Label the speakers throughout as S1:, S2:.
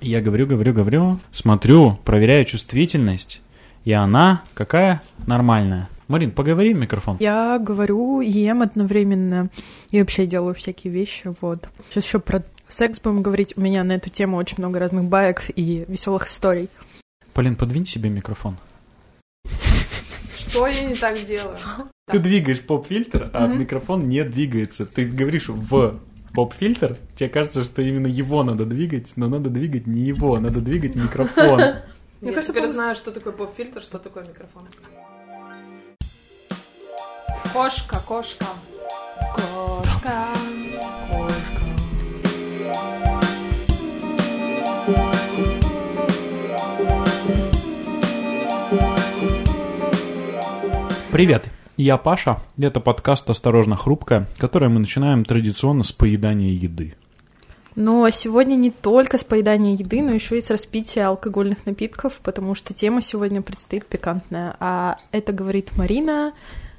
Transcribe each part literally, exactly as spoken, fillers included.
S1: Я говорю, говорю, говорю, смотрю, проверяю чувствительность, и она какая? Нормальная. Марин, поговори в микрофон.
S2: Я говорю и ем одновременно, и вообще делаю всякие вещи, вот. Сейчас еще про секс будем говорить. У меня на эту тему очень много разных баек и веселых историй.
S1: Полин, подвинь себе микрофон.
S3: Что я не так делаю?
S1: Ты двигаешь поп-фильтр, а mm-hmm. микрофон не двигается. Ты говоришь в поп-фильтр, тебе кажется, что именно его надо двигать, но надо двигать не его, надо двигать микрофон.
S3: Я теперь знаю, что такое поп-фильтр, что такое микрофон. Кошка, кошка. Кошка, кошка.
S1: Привет, я Паша, и это подкаст «Осторожно, хрупкое», который мы начинаем традиционно с поедания еды.
S2: Но сегодня не только с поедания еды, но еще и с распития алкогольных напитков, потому что тема сегодня предстоит пикантная. А это говорит Марина,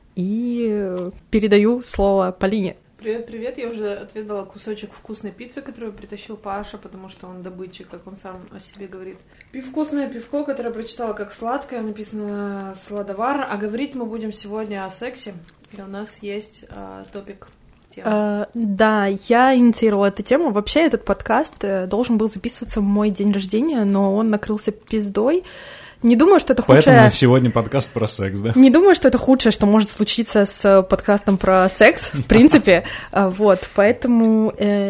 S2: и передаю слово Полине.
S3: Привет, привет, я уже отведала кусочек вкусной пиццы, которую притащил Паша, потому что он добытчик, как он сам о себе говорит. Вкусное пивко, которое прочитала как сладкое, написано «Сладовар», а говорить мы будем сегодня о сексе, и у нас есть а, топик.
S2: Uh, да, я инициировала эту тему. Вообще этот подкаст должен был записываться в мой день рождения, но он накрылся пиздой. Не думаю, что это худшее...
S1: Поэтому сегодня подкаст про секс, да?
S2: Не думаю, что это худшее, что может случиться с подкастом про секс, в принципе. Вот, поэтому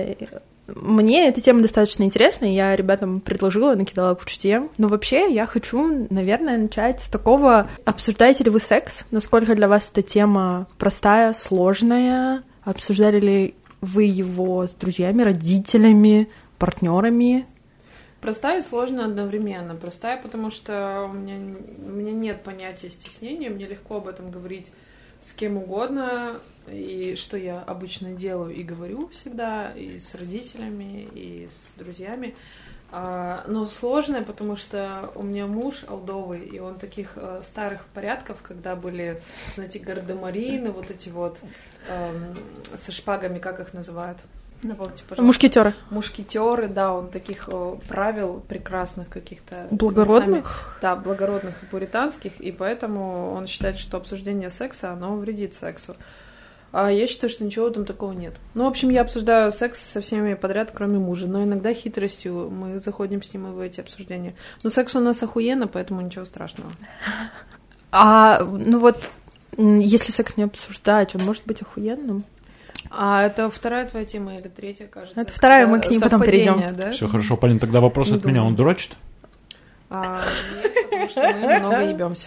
S2: мне эта тема достаточно интересна, я ребятам предложила, накидала кучу тем. Но вообще я хочу, наверное, начать с такого: обсуждаете ли вы секс? Насколько для вас эта тема простая, сложная? Обсуждали ли вы его с друзьями, родителями, партнерами?
S3: Простая и сложная одновременно. Простая, потому что у меня, у меня нет понятия стеснения, мне легко об этом говорить с кем угодно, и что я обычно делаю и говорю всегда, и с родителями, и с друзьями. Но сложное, потому что у меня муж олдовый, и он таких э, старых порядков, когда были, знаете, гардемарины, вот эти вот э, со шпагами, как их называют? Напомните, пожалуйста.
S2: Мушкетеры.
S3: Мушкетеры, да, он таких э, правил прекрасных каких-то.
S2: Благородных?
S3: Местами, да, благородных и пуританских, и поэтому он считает, что обсуждение секса, оно вредит сексу. А я считаю, что ничего там такого нет. Ну, в общем, я обсуждаю секс со всеми подряд, кроме мужа. Но иногда хитростью мы заходим с ним в эти обсуждения. Но секс у нас охуенно, поэтому ничего страшного.
S2: А, ну вот, если секс не обсуждать, он может быть охуенным?
S3: А это вторая твоя тема или третья, кажется?
S2: Это вторая, мы к ней потом перейдем.
S3: Да?
S1: Все хорошо, Полин, тогда вопрос не от думаю. Меня. Он дурачит?
S3: А, нет, потому что мы много ебемся.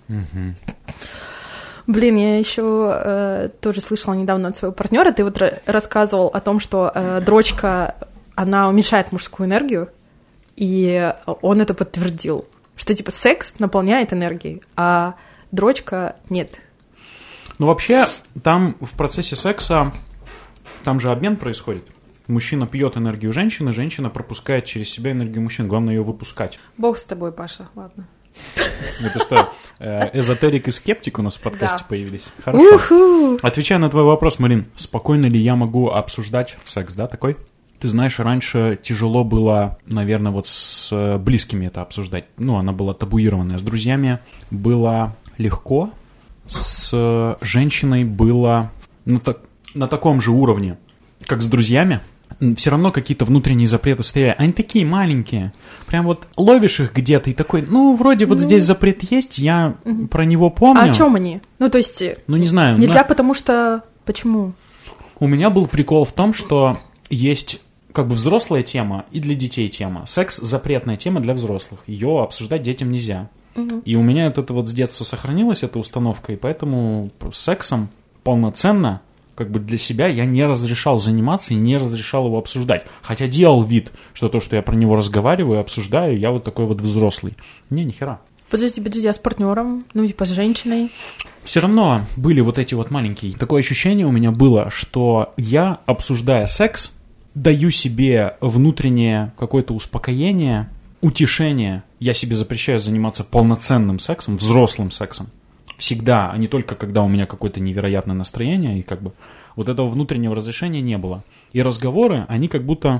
S2: Блин, я еще э, тоже слышала недавно от своего партнера. Ты вот р- рассказывал о том, что э, дрочка, она уменьшает мужскую энергию, и он это подтвердил, что типа секс наполняет энергией, а дрочка нет.
S1: Ну вообще, там в процессе секса, там же обмен происходит. Мужчина пьет энергию женщины, женщина пропускает через себя энергию мужчин. Главное ее выпускать.
S3: Бог с тобой, Паша, ладно.
S1: Это что, эзотерик и скептик у нас в подкасте
S3: да.
S1: появились? Хорошо.
S2: У-ху!
S1: Отвечая на твой вопрос, Марин, спокойно ли я могу обсуждать секс, да, такой? Ты знаешь, раньше тяжело было, наверное, вот с близкими это обсуждать. Ну, она была табуированная. С друзьями было легко, с женщиной было на, так, на таком же уровне, как с друзьями. Все равно какие-то внутренние запреты стояли. Они такие маленькие. Прям вот ловишь их где-то и такой, ну, вроде вот ну... здесь запрет есть, я угу. про него помню.
S2: А о чем они? Ну, то есть...
S1: Ну, не знаю.
S2: Нельзя,
S1: но...
S2: потому что... Почему?
S1: У меня был прикол в том, что есть как бы взрослая тема и для детей тема. Секс – запретная тема для взрослых. Ее обсуждать детям нельзя. Угу. И у меня это вот с детства сохранилась эта установка, и поэтому сексом полноценно как бы для себя я не разрешал заниматься и не разрешал его обсуждать. Хотя делал вид, что то, что я про него разговариваю, обсуждаю, я вот такой вот взрослый. Не, нихера.
S2: Подожди, подожди, а с партнером? Ну, типа с женщиной?
S1: Все равно были вот эти вот маленькие. Такое ощущение у меня было, что я, обсуждая секс, даю себе внутреннее какое-то успокоение, утешение. Я себе запрещаю заниматься полноценным сексом, взрослым сексом. Всегда, а не только когда у меня какое-то невероятное настроение, и как бы вот этого внутреннего разрешения не было. И разговоры, они как будто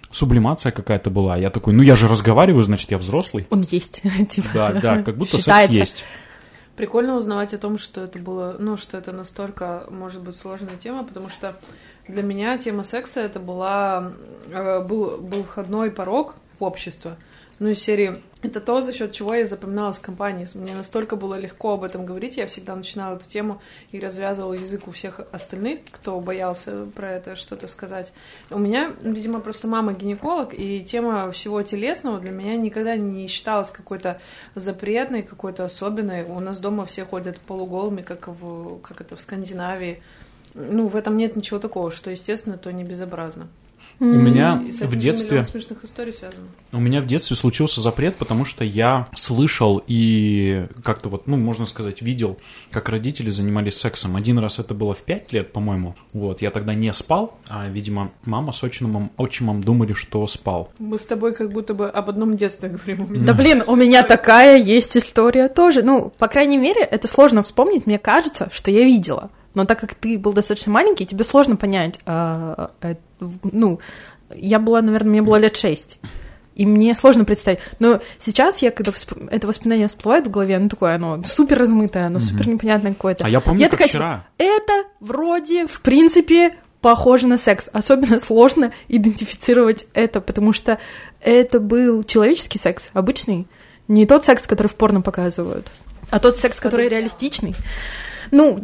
S1: сублимация какая-то была. Я такой, ну я же разговариваю, значит, я взрослый.
S2: Он есть. типа,
S1: Да, да, как будто
S2: считается.
S1: секс есть.
S3: Прикольно узнавать о том, что это было, ну, что это настолько, может быть, сложная тема, потому что для меня тема секса это была, был, был входной порог в общество. Ну, из серии, это то, за счет чего я запоминалась в компании. Мне настолько было легко об этом говорить, я всегда начинала эту тему и развязывала язык у всех остальных, кто боялся про это что-то сказать. У меня, видимо, просто мама гинеколог, и тема всего телесного для меня никогда не считалась какой-то запретной, какой-то особенной. У нас дома все ходят полуголыми, как, в, как это в Скандинавии. Ну, в этом нет ничего такого, что естественно, то не безобразно.
S1: У меня
S3: И с
S1: в
S3: этим
S1: детстве...
S3: миллион смешных историй связано.
S1: У меня в детстве случился запрет, потому что я слышал и как-то вот, ну, можно сказать, видел, как родители занимались сексом. Один раз это было в пять лет, по-моему. Вот, я тогда не спал, а, видимо, мама с отчимом, отчимом думали, что спал.
S3: Мы с тобой как будто бы об одном детстве говорим. У меня.
S2: Да блин, у меня такая есть история тоже. Ну, по крайней мере, это сложно вспомнить. Мне кажется, что я видела. Но так как ты был достаточно маленький, тебе сложно понять. А, а, ну, я была, наверное, мне было лет шесть. И мне сложно представить. Но сейчас я, когда всп... это воспоминание всплывает в голове, оно такое, оно супер размытое, оно mm-hmm. супер непонятное какое-то.
S1: А я помню,
S2: я
S1: как
S2: такая,
S1: вчера.
S2: Типа, это вроде, в принципе, похоже на секс. Особенно сложно идентифицировать это, потому что это был человеческий секс, обычный. Не тот секс, который в порно показывают, а тот секс, который реалистичный. Ну,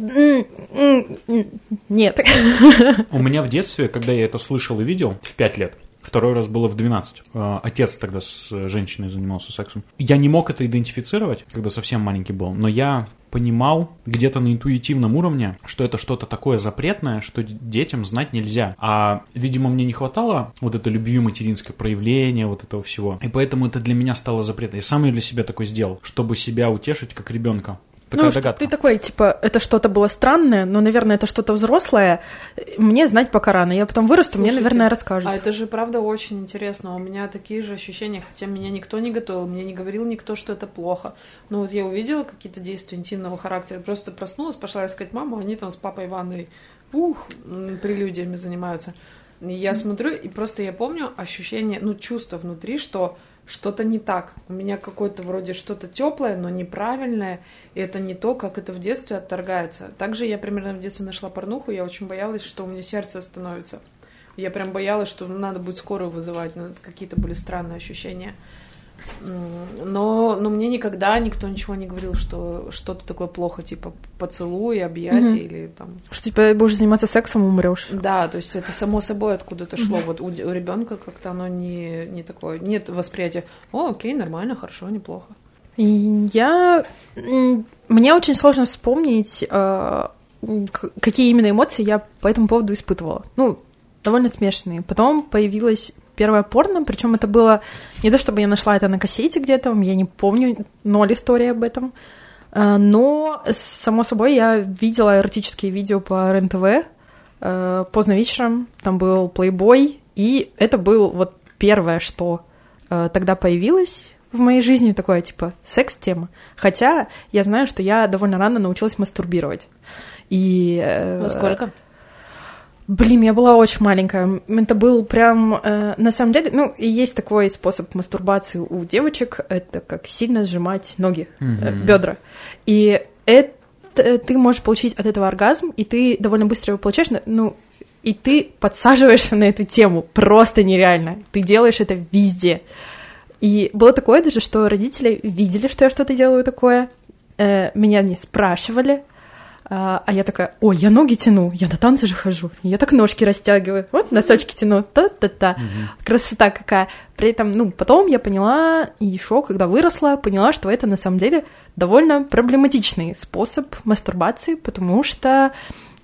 S2: нет.
S1: У меня в детстве, когда я это слышал и видел, в пять лет, второй раз было в двенадцать, отец тогда с женщиной занимался сексом. Я не мог это идентифицировать, когда совсем маленький был, но я понимал где-то на интуитивном уровне, что это что-то такое запретное, что детям знать нельзя. А, видимо, мне не хватало вот этой любви материнское проявление, вот этого всего. И поэтому это для меня стало запретно. Я сам ее для себя такой сделал, чтобы себя утешить как ребенка. Такая
S2: ну,
S1: догадка.
S2: Ты такой, типа, это что-то было странное, но, наверное, это что-то взрослое. Мне знать пока рано. Я потом вырасту, Слушайте, мне, наверное, расскажут.
S3: А это же, правда, очень интересно. У меня такие же ощущения, хотя меня никто не готовил, мне не говорил никто, что это плохо. Но вот я увидела какие-то действия интимного характера, просто проснулась, пошла искать маму, они там с папой Иваной, ух, прелюдиями занимаются. И я смотрю, и просто я помню ощущение, ну, чувство внутри, что что-то не так. У меня какое-то вроде что-то теплое, но неправильное, и это не то, как это в детстве отторгается. Также я примерно в детстве нашла порнуху, я очень боялась, что у меня сердце остановится. Я прям боялась, что надо будет скорую вызывать, ну, какие-то были странные ощущения. Но, но мне никогда никто ничего не говорил, что что-то такое плохо, типа поцелуй, объятия mm-hmm. или там...
S2: Что типа будешь заниматься сексом, умрешь.
S3: Да, то есть это само собой откуда-то шло. Mm-hmm. Вот у, у ребенка как-то оно не, не такое. Нет восприятия, о, окей, нормально, хорошо, неплохо.
S2: Я... Мне очень сложно вспомнить, какие именно эмоции я по этому поводу испытывала. Ну, довольно смешанные. Потом появилась первое порно, причем это было не то, чтобы я нашла это на кассете где-то, я не помню, ноль истории об этом, но, само собой, я видела эротические видео по эр эн тэ вэ поздно вечером, там был плейбой, и это был вот первое, что тогда появилось в моей жизни, такое, типа, секс-тема, хотя я знаю, что я довольно рано научилась мастурбировать. И...
S3: Во сколько?
S2: Блин, я была очень маленькая. Это был прям... Э, на самом деле, ну, и есть такой способ мастурбации у девочек, это как сильно сжимать ноги, mm-hmm. э, бедра. И это ты можешь получить от этого оргазм, и ты довольно быстро его получаешь, ну, и ты подсаживаешься на эту тему. Просто нереально. Ты делаешь это везде. И было такое даже, что родители видели, что я что-то делаю такое, э, меня не спрашивали, А я такая, ой, я ноги тяну, я на танцы же хожу, я так ножки растягиваю, вот носочки тяну, та-та-та, угу. Красота какая. При этом, ну, потом я поняла, и еще, когда выросла, поняла, что это на самом деле довольно проблематичный способ мастурбации, потому что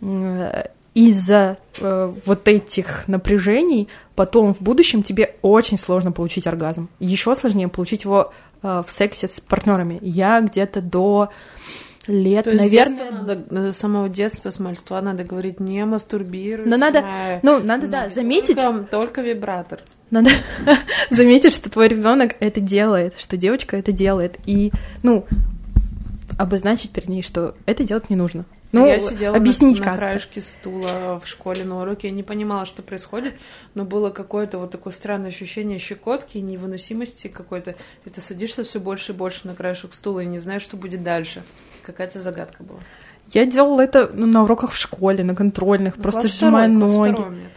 S2: из-за э, вот этих напряжений потом в будущем тебе очень сложно получить оргазм. Еще сложнее получить его э, в сексе с партнерами. Я где-то до... лет,
S3: То есть
S2: наверное...
S3: Надо, с самого детства, с мальства надо говорить, не мастурбируй.
S2: Но надо, ну, надо,
S3: но
S2: да, заметить...
S3: Только, только вибратор.
S2: Надо заметить, что твой ребенок это делает, что девочка это делает, и, ну, обозначить перед ней, что это делать не нужно. Ну,
S3: я сидела
S2: объяснить
S3: на,
S2: как
S3: на краешке стула в школе на уроке, я не понимала, что происходит, но было какое-то вот такое странное ощущение щекотки, невыносимости какой-то, и ты садишься все больше и больше на краешек стула и не знаешь, что будет дальше. Какая-то загадка была.
S2: Я делала это ну, на уроках в школе, на контрольных, ну, просто сжимая ноги.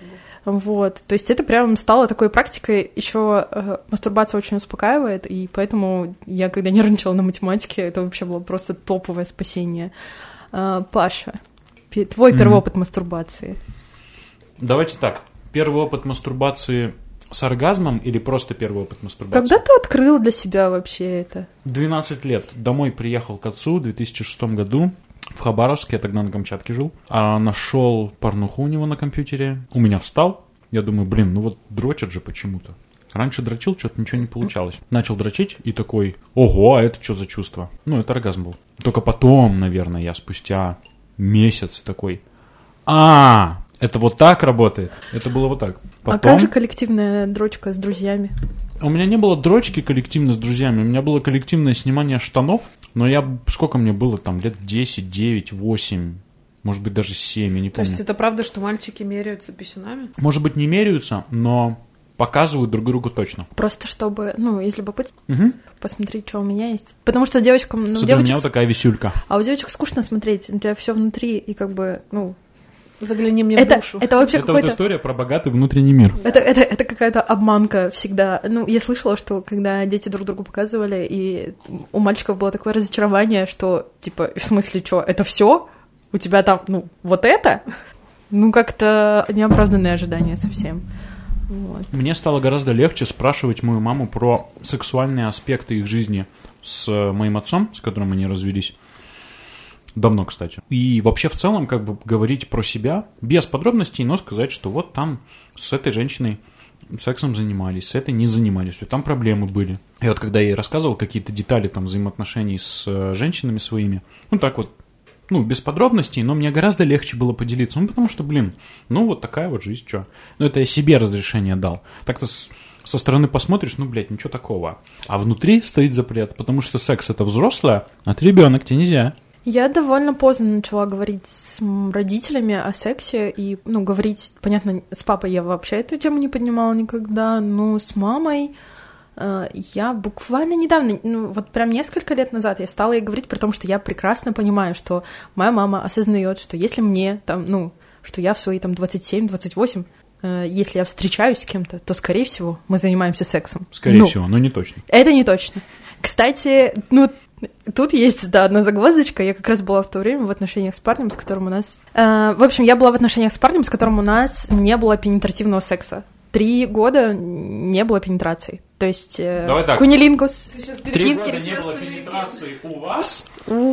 S2: Вот, то есть это прям стало такой практикой. Еще э, мастурбация очень успокаивает, и поэтому я, когда нервничала на математике, это вообще было просто топовое спасение. Э, Паша, твой mm-hmm. первый опыт мастурбации?
S1: Давайте так. Первый опыт мастурбации с оргазмом или просто первый опыт мастурбации?
S2: Когда ты открыл для себя вообще это?
S1: двенадцать лет. Домой приехал к отцу в две тысячи шестом году. В Хабаровске, я тогда на Камчатке жил. А нашел порнуху у него на компьютере. У меня встал. Я думаю, блин, ну вот дрочат же почему-то. Раньше дрочил, что-то ничего не получалось. Начал дрочить и такой, ого, а это что за чувство? Ну, это оргазм был. Только потом, наверное, я спустя месяц такой, а, это вот так работает. Это было вот так. Потом...
S2: А как же коллективная дрочка с друзьями?
S1: У меня не было дрочки коллективно с друзьями. У меня было коллективное снимание штанов. Но я, сколько мне было там, лет десять, девять, восемь, может быть, даже семь, я не помню.
S3: То есть это правда, что мальчики меряются писюнами?
S1: Может быть, не меряются, но показывают друг другу точно.
S2: Просто чтобы, ну, из любопытства
S1: угу.
S2: посмотреть, что у меня есть. Потому что девочкам... Ну,
S1: Смотри,
S2: девочек...
S1: у меня вот такая висюлька.
S2: А у девочек скучно смотреть, у тебя все внутри, и как бы, ну...
S3: Загляни мне
S2: это,
S3: в душу.
S2: Это вообще
S1: это
S2: какой-то...
S1: вот история про богатый внутренний мир.
S2: Это, это, это какая-то обманка всегда. Ну, я слышала, что когда дети друг другу показывали, и у мальчиков было такое разочарование, что, типа, в смысле, что, это все? У тебя там, ну, вот это? Ну, как-то неоправданные ожидания совсем. Вот.
S1: Мне стало гораздо легче спрашивать мою маму про сексуальные аспекты их жизни с моим отцом, с которым они развелись. Давно, кстати. И вообще в целом как бы говорить про себя без подробностей, но сказать, что вот там с этой женщиной сексом занимались, с этой не занимались, там проблемы были. И вот когда я ей рассказывал какие-то детали там взаимоотношений с женщинами своими, ну так вот, ну без подробностей, но мне гораздо легче было поделиться, ну потому что, блин, ну вот такая вот жизнь, что. Ну это я себе разрешение дал. Так-то с... со стороны посмотришь, ну, блядь, ничего такого. А внутри стоит запрет, потому что секс это взрослое, а ты ребенок, тебе нельзя.
S2: Я довольно поздно начала говорить с родителями о сексе, и, ну, говорить, понятно, с папой я вообще эту тему не поднимала никогда, но с мамой э, я буквально недавно, ну, вот прям несколько лет назад я стала ей говорить, при том, что я прекрасно понимаю, что моя мама осознает, что если мне там, ну, что я в свои там двадцать семь двадцать восемь, э, если я встречаюсь с кем-то, то, скорее всего, мы занимаемся сексом.
S1: Скорее
S2: ну,
S1: всего, но не точно.
S2: Это не точно. Кстати, ну, тут есть, да, одна загвоздочка. Я как раз была в то время в отношениях с парнем, с которым у нас... Э, в общем, я была в отношениях с парнем, с которым у нас не было пенетративного секса. Три года не было пенетрации. То есть э,
S1: Давай так.
S2: кунилингус...
S1: Три года не было пенетрации у вас?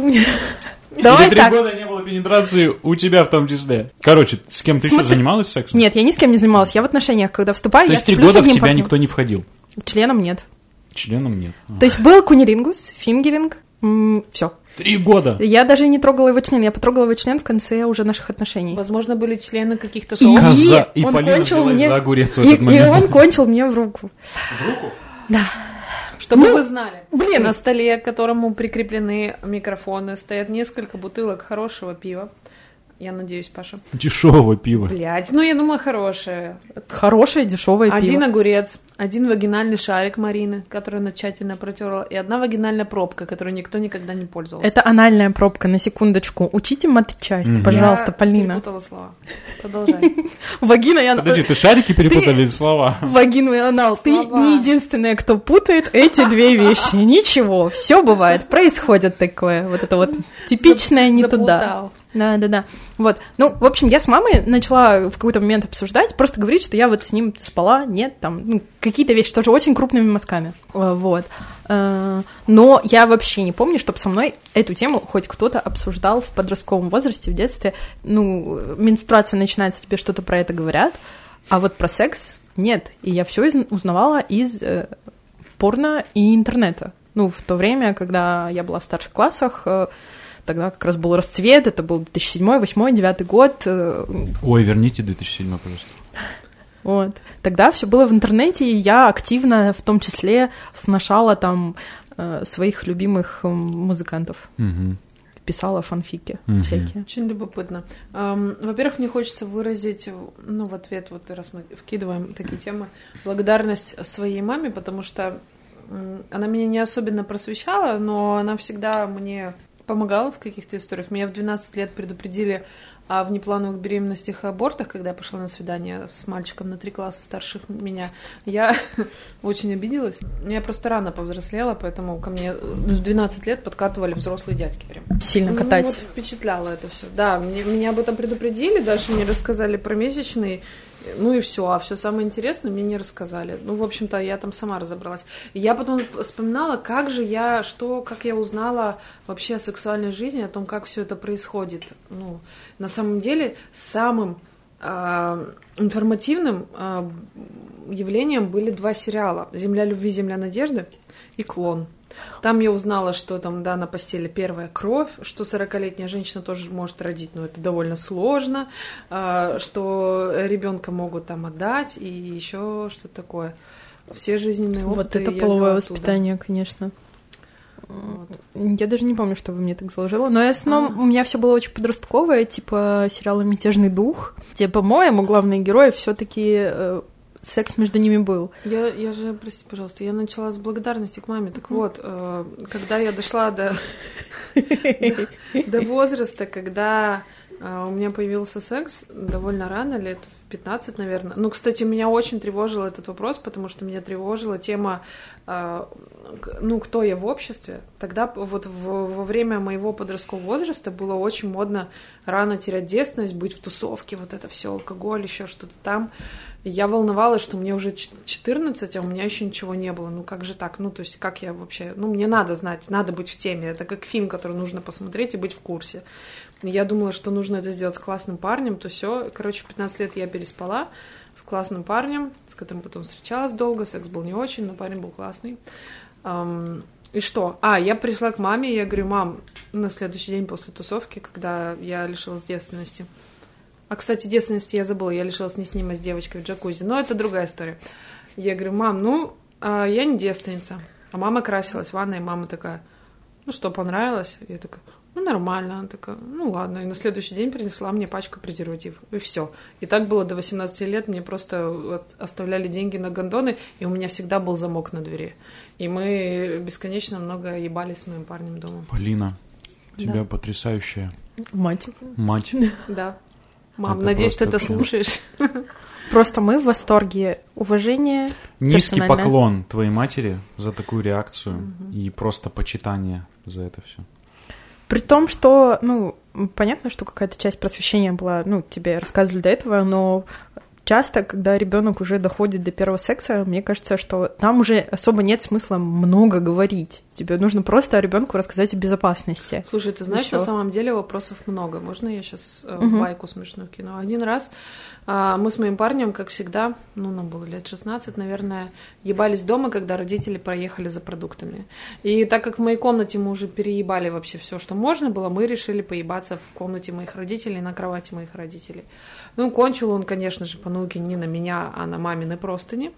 S2: Давай
S1: Или три
S2: так.
S1: года не было пенетрации у тебя в том числе? Короче, с кем ты еще занималась сексом?
S2: Нет, я ни с кем не занималась. Я в отношениях, когда вступаю,
S1: я
S2: я
S1: сплю с одним парнем. То есть три года в тебя никто не входил?
S2: Членом нет.
S1: Членом нет.
S2: То есть был кунилингус, фингеринг, все.
S1: Три года.
S2: Я даже не трогала его член, я потрогала его член в конце уже наших отношений.
S3: Возможно, были члены каких-то
S2: сообществ.
S1: Коза. И Полина взялась
S2: мне...
S1: за огурец в
S2: и,
S1: этот момент.
S2: И он кончил мне в руку.
S1: В руку?
S2: Да.
S3: Чтобы ну, вы знали,
S2: блин.
S3: На столе, к которому прикреплены микрофоны, стоят несколько бутылок хорошего пива. Я надеюсь, Паша.
S1: Дешевого пива.
S3: Блядь, ну я думала, хорошее.
S2: Хорошее, дешевое пиво.
S3: Один огурец, один вагинальный шарик Марины, который она тщательно протерла, и одна вагинальная пробка, которой никто никогда не пользовался.
S2: Это анальная пробка, на секундочку. Учите матчасть, mm-hmm. пожалуйста,
S3: я
S2: Полина.
S3: Я перепутала слова. Продолжай.
S2: Вагина и анал.
S1: Подожди, ты шарики перепутали или слова?
S2: Вагину и анал. Ты не единственная, кто путает эти две вещи. Ничего, все бывает, происходит такое. Вот это вот типичное не туда. Да, да, да. Вот. Ну, в общем, я с мамой начала в какой-то момент обсуждать, просто говорить, что я вот с ним спала, нет, там, ну, какие-то вещи тоже очень крупными мазками. Вот. Но я вообще не помню, чтобы со мной эту тему хоть кто-то обсуждал в подростковом возрасте, в детстве. Ну, менструация начинается, тебе что-то про это говорят, а вот про секс нет. И я все узнавала из порно и интернета. Ну, в то время, когда я была в старших классах, тогда как раз был расцвет, это был две тысячи седьмой, восьмой, девятый год.
S1: Ой, верните две тысячи седьмой, пожалуйста.
S2: Вот. Тогда все было в интернете, и я активно, в том числе, сношала там своих любимых музыкантов.
S1: Угу.
S2: писала фанфики
S1: Мгм.
S2: всякие.
S3: Очень любопытно. Эм, Во-первых, мне хочется выразить, ну, в ответ, вот раз мы вкидываем такие темы, благодарность своей маме, потому что м, она меня не особенно просвещала, но она всегда мне помогала в каких-то историях. Меня в двенадцать лет предупредили о внеплановых беременностях и абортах, когда я пошла на свидание с мальчиком на три класса старше меня. Я очень обиделась. Я просто рано повзрослела, поэтому ко мне в двенадцать лет подкатывали взрослые дядьки прям.
S2: Сильно
S3: Ну,
S2: катать.
S3: вот впечатляло это все. Да, мне, меня об этом предупредили, дальше мне рассказали про месячные, ну и все, а все самое интересное мне не рассказали. Ну, в общем-то, я там сама разобралась. И я потом вспоминала, как же я, что, как я узнала вообще о сексуальной жизни, о том, как все это происходит. Ну, на самом деле, самым э, информативным э, явлением были два сериала: «Земля любви, земля надежды» и «Клон». Там я узнала, что там, да, на постели первая кровь, что сорокалетняя женщина тоже может родить, но это довольно сложно, а, что ребенка могут там отдать и еще что-то такое. Все жизненные опыты.
S2: Вот это
S3: я
S2: половое
S3: взяла
S2: воспитание, конечно.
S3: Вот.
S2: Я даже не помню, что вы мне так заложила. Но в основном
S3: А.
S2: у меня все было очень подростковое, типа сериала «Мятежный дух», где, по-моему, главные герои все-таки секс между ними был.
S3: Я, я же, простите, пожалуйста, я начала с благодарности к маме. Так вот, э, когда я дошла до, до, до возраста, когда э, у меня появился секс, довольно рано, лет в пятнадцать, наверное. Ну, кстати, меня очень тревожил этот вопрос, потому что меня тревожила тема, э, ну, кто я в обществе. Тогда вот в, во время моего подросткового возраста было очень модно рано терять девственность, быть в тусовке, вот это все, алкоголь, еще что-то там. Я волновалась, что мне уже четырнадцать, а у меня еще ничего не было. Ну как же так? Ну то есть как я вообще... Ну мне надо знать, надо быть в теме. Это как фильм, который нужно посмотреть и быть в курсе. Я думала, что нужно это сделать с классным парнем, то все. Короче, в пятнадцать лет я переспала с классным парнем, с которым потом встречалась долго. Секс был не очень, но парень был классный. И что? А, я пришла к маме, и я говорю: мам, на следующий день после тусовки, когда я лишилась девственности... А, кстати, девственности я забыла, я лишилась неснимой с девочкой в джакузи, но это другая история. Я говорю: мам, ну, а я не девственница. А мама красилась в ванной, и мама такая: ну что, понравилось? Я такая: ну, нормально. Она такая: ну, ладно. И на следующий день принесла мне пачку презервативов. И все. И так было до восемнадцати лет, мне просто оставляли деньги на гондоны, и у меня всегда был замок на двери. И мы бесконечно много ебались с моим парнем дома.
S1: Полина, у тебя
S3: Да.
S1: потрясающая
S2: Мать.
S1: мать.
S3: Да. Мам,
S1: Это
S3: надеюсь, ты
S1: просто
S3: это
S1: вообще-
S3: слушаешь.
S2: Просто мы в восторге. Уважение.
S1: Низкий
S2: персональное.
S1: поклон твоей матери за такую реакцию и просто почитание за это все.
S2: При том, что, ну, понятно, что какая-то часть просвещения была, ну, тебе рассказывали до этого, но часто, когда ребенок уже доходит до первого секса, мне кажется, что там уже особо нет смысла много говорить. Тебе нужно просто ребенку рассказать о безопасности.
S3: Слушай, ты знаешь,
S2: Ещё.
S3: на самом деле вопросов много. Можно я сейчас э,
S2: Мгм.
S3: байку смешную кину? Один раз а, мы с моим парнем, как всегда, ну, нам было лет шестнадцать, наверное, ебались дома, когда родители проехали за продуктами. И так как в моей комнате мы уже переебали вообще все, что можно было, мы решили поебаться в комнате моих родителей, на кровати моих родителей. Ну, кончил он, конечно же, по науке не на меня, а на мамины простыни.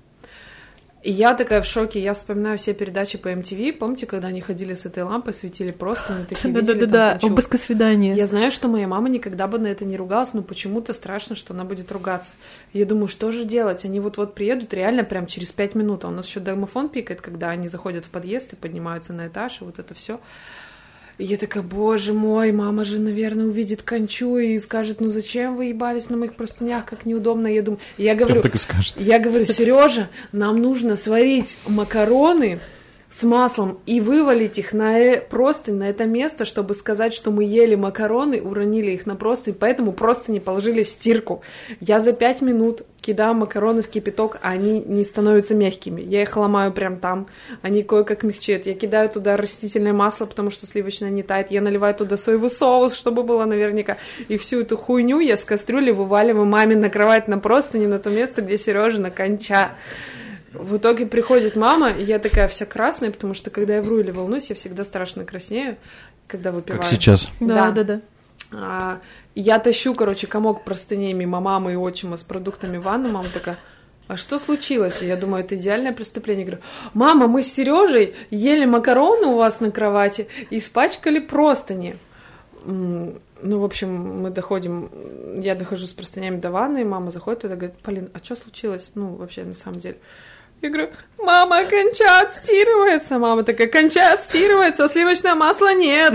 S3: И я такая в шоке, я вспоминаю все передачи по эм ти ви, помните, когда они ходили с этой лампой, светили простыни, такие видели там
S2: Да-да-да,
S3: кучу.
S2: обыскосвидание.
S3: Я знаю, что моя мама никогда бы на это не ругалась, но почему-то страшно, что она будет ругаться. Я думаю, что же делать? Они вот-вот приедут, реально прям через пять минут. А у нас еще домофон пикает, когда они заходят в подъезд и поднимаются на этаж, и вот это все. И я такая: боже мой, мама же, наверное, увидит кончу и скажет: ну зачем вы ебались на моих простынях, как неудобно. Я думаю, я говорю,
S1: так и скажет.
S3: я говорю: Сережа, нам нужно сварить макароны с маслом и вывалить их на э- простынь, на это место, чтобы сказать, что мы ели макароны, уронили их на простынь, поэтому просто не положили в стирку. Я за пять минут кидаю макароны в кипяток, а они не становятся мягкими. Я их ломаю прям там, они кое-как мягчают. Я кидаю туда растительное масло, потому что сливочное не тает. Я наливаю туда соевый соус, чтобы было наверняка. И всю эту хуйню я с кастрюли вываливаю маме на кровать, на простыни, на то место, где Сережина конча. В итоге приходит мама, и я такая вся красная, потому что когда я вру или волнуюсь, я всегда страшно краснею, когда выпиваю.
S1: Как сейчас.
S2: Да,
S3: Да.
S2: да, да.
S3: А, я тащу, короче, комок простыней мимо мамы и отчима с продуктами в ванну. Мама такая: а что случилось? И я думаю, это идеальное преступление. Я говорю: мама, мы с Сережей ели макароны у вас на кровати и испачкали простыни. Ну, в общем, мы доходим, я дохожу с простынями до ванны, мама заходит туда и говорит: Полин, а что случилось? Ну, вообще, на самом деле. Я говорю: мама, конча отстирывается. Мама такая: конча отстирывается, а сливочное масла нет.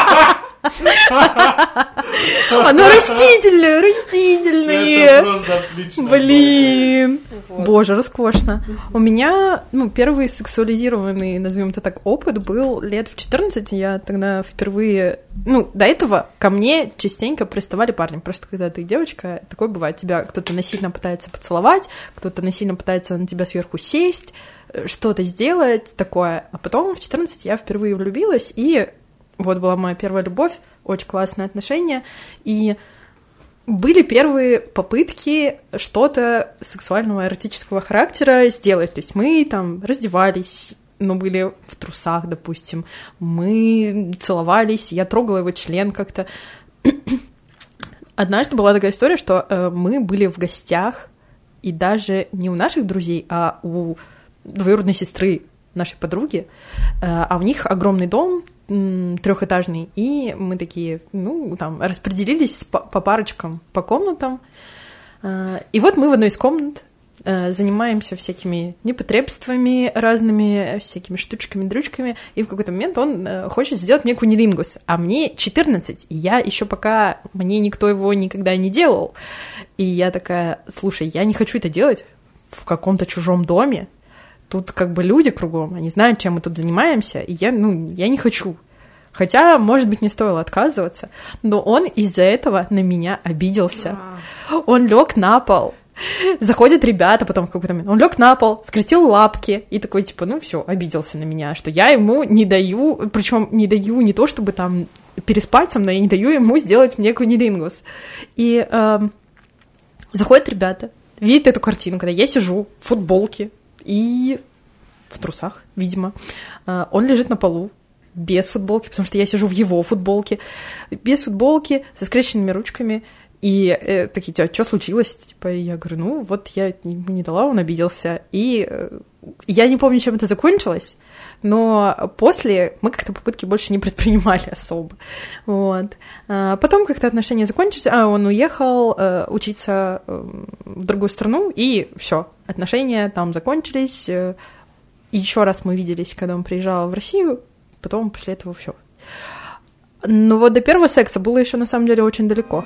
S2: Оно растительное, растительное.
S1: Это просто отлично.
S2: Блин.
S3: Вот.
S2: Боже, роскошно. У меня, ну, первый сексуализированный, назовем это так, опыт был лет в четырнадцать. Я тогда впервые... Ну, до этого ко мне частенько приставали парни. Просто когда ты девочка, такое бывает. Тебя кто-то насильно пытается поцеловать, кто-то насильно пытается на тебя сверху сесть, что-то сделать такое. А потом в четырнадцать я впервые влюбилась, и вот была моя первая любовь, очень классные отношения, и были первые попытки что-то сексуального, эротического характера сделать. То есть мы там раздевались, ну, были в трусах, допустим, мы целовались, я трогала его член как-то. Однажды была такая история, что э, мы были в гостях, и даже не у наших друзей, а у двоюродной сестры нашей подруги, э, а у них огромный дом, трехэтажный, и мы такие, ну, там, распределились по, по парочкам, по комнатам, и вот мы в одной из комнат занимаемся всякими непотребствами разными, всякими штучками, дрючками, и в какой-то момент он хочет сделать мне кунилингус, а мне четырнадцать, и я еще пока, мне никто его никогда не делал, и я такая: слушай, я не хочу это делать в каком-то чужом доме, тут как бы люди кругом, они знают, чем мы тут занимаемся, и я, ну, я не хочу. Хотя, может быть, не стоило отказываться, но он из-за этого на меня обиделся. А. Он лег на пол. Заходят ребята потом в какой-то момент. Он лег на пол, скрестил лапки и такой, типа, ну все, обиделся на меня, что я ему не даю, причем не даю не то, чтобы там переспать со мной, я не даю ему сделать мне кунилингус. И э, заходят ребята, видят эту картину, когда я сижу в футболке и в трусах, видимо. Он лежит на полу без футболки, потому что я сижу в его футболке, без футболки, со скрещенными ручками. И э, такие: а что случилось? Типа, и я говорю: ну, вот я ему не дала, он обиделся. И э, я не помню, чем это закончилось, но после мы как-то попытки больше не предпринимали особо. Вот. А потом как-то отношения закончились, а он уехал э, учиться э, в другую страну, и все, отношения там закончились. Э, еще раз мы виделись, когда он приезжал в Россию, потом после этого все. Но вот до первого секса было еще на самом деле очень далеко.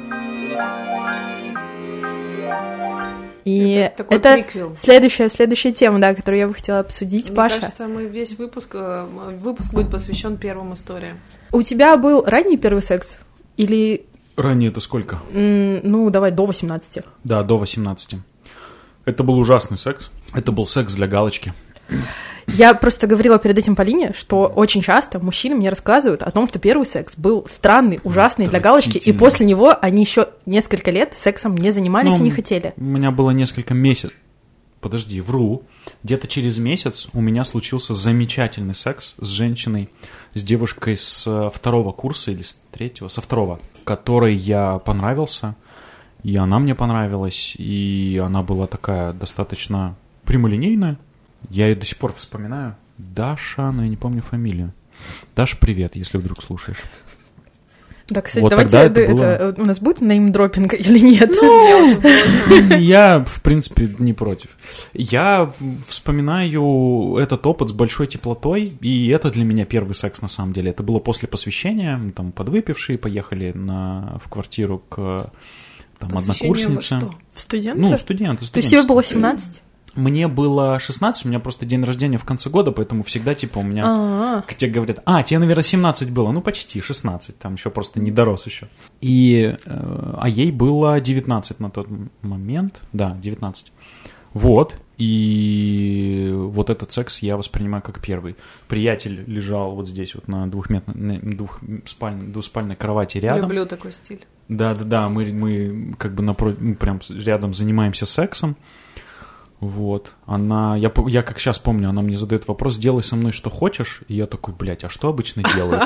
S2: И это, это следующая, следующая тема, да, которую я бы хотела обсудить,
S3: Мне
S2: Паша.
S3: Мне кажется, мы весь выпуск, выпуск будет посвящен первым историям.
S2: У тебя был ранний первый секс? Или...
S1: Ранний это сколько?
S2: М- ну, давай, до восемнадцати.
S1: Да, до восемнадцати. Это был ужасный секс. Это был секс для галочки.
S2: Я просто говорила перед этим Полине, что очень часто мужчины мне рассказывают о том, что первый секс был странный, ужасный для галочки, и после него они еще несколько лет сексом не занимались, ну, и не хотели.
S1: У меня было несколько месяцев. Подожди, вру. Где-то через месяц у меня случился замечательный секс с женщиной, с девушкой с второго курса или с третьего, со второго, которой я понравился, и она мне понравилась, и она была такая достаточно прямолинейная. Я ее до сих пор вспоминаю. Даша, но я не помню фамилию. Даша, привет, если вдруг слушаешь.
S2: Да, кстати,
S1: вот
S2: давайте это, это, было... это, у нас будет неймдропинг или нет?
S1: Ну, я, в принципе, не против. Я вспоминаю этот опыт с большой теплотой, и это для меня первый секс на самом деле. Это было после посвящения, мы там подвыпившие поехали на, в квартиру к там, однокурснице.
S2: Что? В студенты?
S1: Ну, студенты.
S2: То есть тебе было семнадцать?
S1: Мне было шестнадцать, у меня просто день рождения в конце года, поэтому всегда, типа, у меня... А-а-а. Тебе говорят: а, тебе, наверное, семнадцать было. Ну, почти, шестнадцать, там еще просто не дорос еще. И, э, а ей было девятнадцать на тот момент. Да, девятнадцать. Вот, и вот этот секс я воспринимаю как первый. Приятель лежал вот здесь вот на двухметной, двухспальной, двуспальной кровати рядом.
S3: Люблю такой стиль.
S1: Да-да-да, мы, мы как бы напротив, мы прям рядом занимаемся сексом. Вот, она, я, я как сейчас помню, она мне задает вопрос: делай со мной что хочешь, и я такой: блядь, а что обычно делают?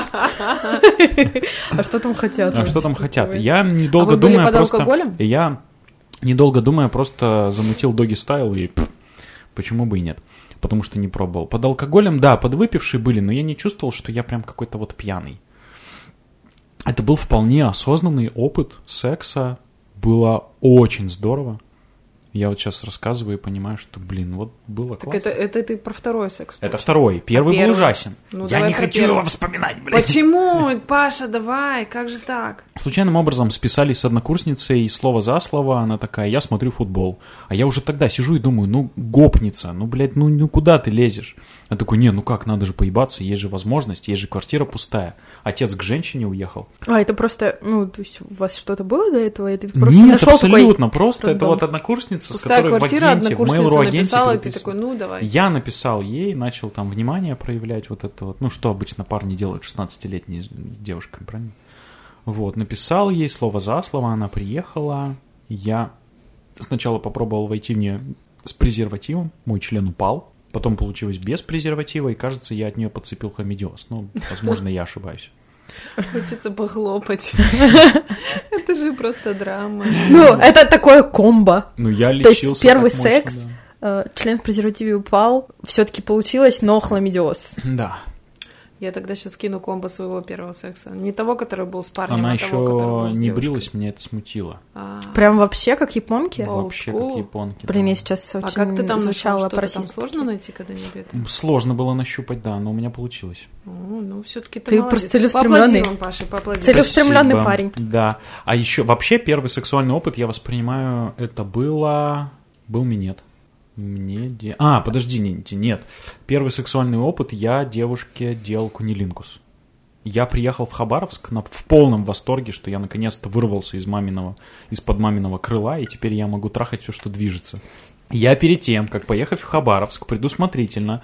S2: А что там хотят?
S1: А что там хотят? Я недолго думая просто... Я недолго думая просто замутил доги-стайл, и почему бы и нет, потому что не пробовал. Под алкоголем, да, подвыпившие были, но я не чувствовал, что я прям какой-то вот пьяный. это был вполне осознанный опыт секса. Было очень здорово. Я вот сейчас рассказываю и понимаю, что, блин, вот было
S3: Так
S1: классно.
S3: это, это ты про второй секс.
S1: Это второй. Первый,
S3: а первый
S1: был ужасен.
S3: Ну,
S1: Я не хочу
S3: первый.
S1: его вспоминать, блин.
S3: Почему? Паша, давай, как же так?
S1: Случайным образом списались с однокурсницей слово за слово. Она такая, я смотрю футбол. А я уже тогда сижу и думаю, ну, гопница, ну, блядь, ну, ну куда ты лезешь? Я такой, не, ну как, надо же поебаться, есть же возможность, есть же квартира пустая. Отец к женщине уехал.
S2: А, это просто, ну, то есть у вас что-то было до этого? Это ты просто
S1: Нет,
S2: нашел
S1: абсолютно, просто это
S2: роддом.
S1: вот однокурсница, с
S3: Пустая
S1: которой
S3: квартира,
S1: в агенте, в
S3: однокурсница
S1: Mail.ru агенте
S3: написала, и ты
S1: переписывал.
S3: такой, ну, давай.
S1: Я написал ей, начал там внимание проявлять, вот это вот, ну, что обычно парни делают шестнадцатилетние с девушками, правильно? Вот, написал ей слово за слово, она приехала, я сначала попробовал войти в нее с презервативом, мой член упал, потом получилось без презерватива, и, кажется, я от нее подцепил хламидиоз, ну, возможно, я ошибаюсь.
S3: Хочется похлопать. Это же просто драма.
S2: Ну, это такое комбо.
S1: Ну, я
S2: То есть
S1: лечился
S2: первый
S1: так мощно,
S2: секс, э, член в презервативе упал, все-таки получилось, но хламидиоз.
S1: Да. Да.
S3: Я тогда сейчас кину комбо своего первого секса. Не того, который был с парнем,
S1: Она
S3: а того, который был
S1: еще
S3: с
S1: не
S3: девушкой.
S1: брилась, меня это смутило.
S3: А,
S2: Прям вообще как японки?
S3: Old
S1: Вообще,
S3: school.
S1: как японки.
S2: Блин,
S1: да.
S2: я сейчас
S3: а
S2: очень
S3: как ты там нашел?
S2: звучала
S3: Что-то там
S2: по-российски.
S3: сложно найти когда-нибудь это?
S1: Сложно было нащупать, да, но у меня получилось.
S3: О, ну, все-таки ты,
S2: Ты
S3: молодец.
S2: просто целеустремлённый.
S3: Поаплодируем, Паша, поаплодируем.
S2: Целеустремлённый. Целеустремленный
S1: Спасибо.
S2: парень.
S1: Да. А еще вообще первый сексуальный опыт я воспринимаю, это было... Был минет. Мне де... А, подожди, нет, нет. Первый сексуальный опыт я девушке делал кунилингус. Я приехал в Хабаровск на, в полном восторге, что я наконец-то вырвался из маминого, из-под маминого крыла, и теперь я могу трахать все, что движется. Я перед тем, как поехать в Хабаровск, предусмотрительно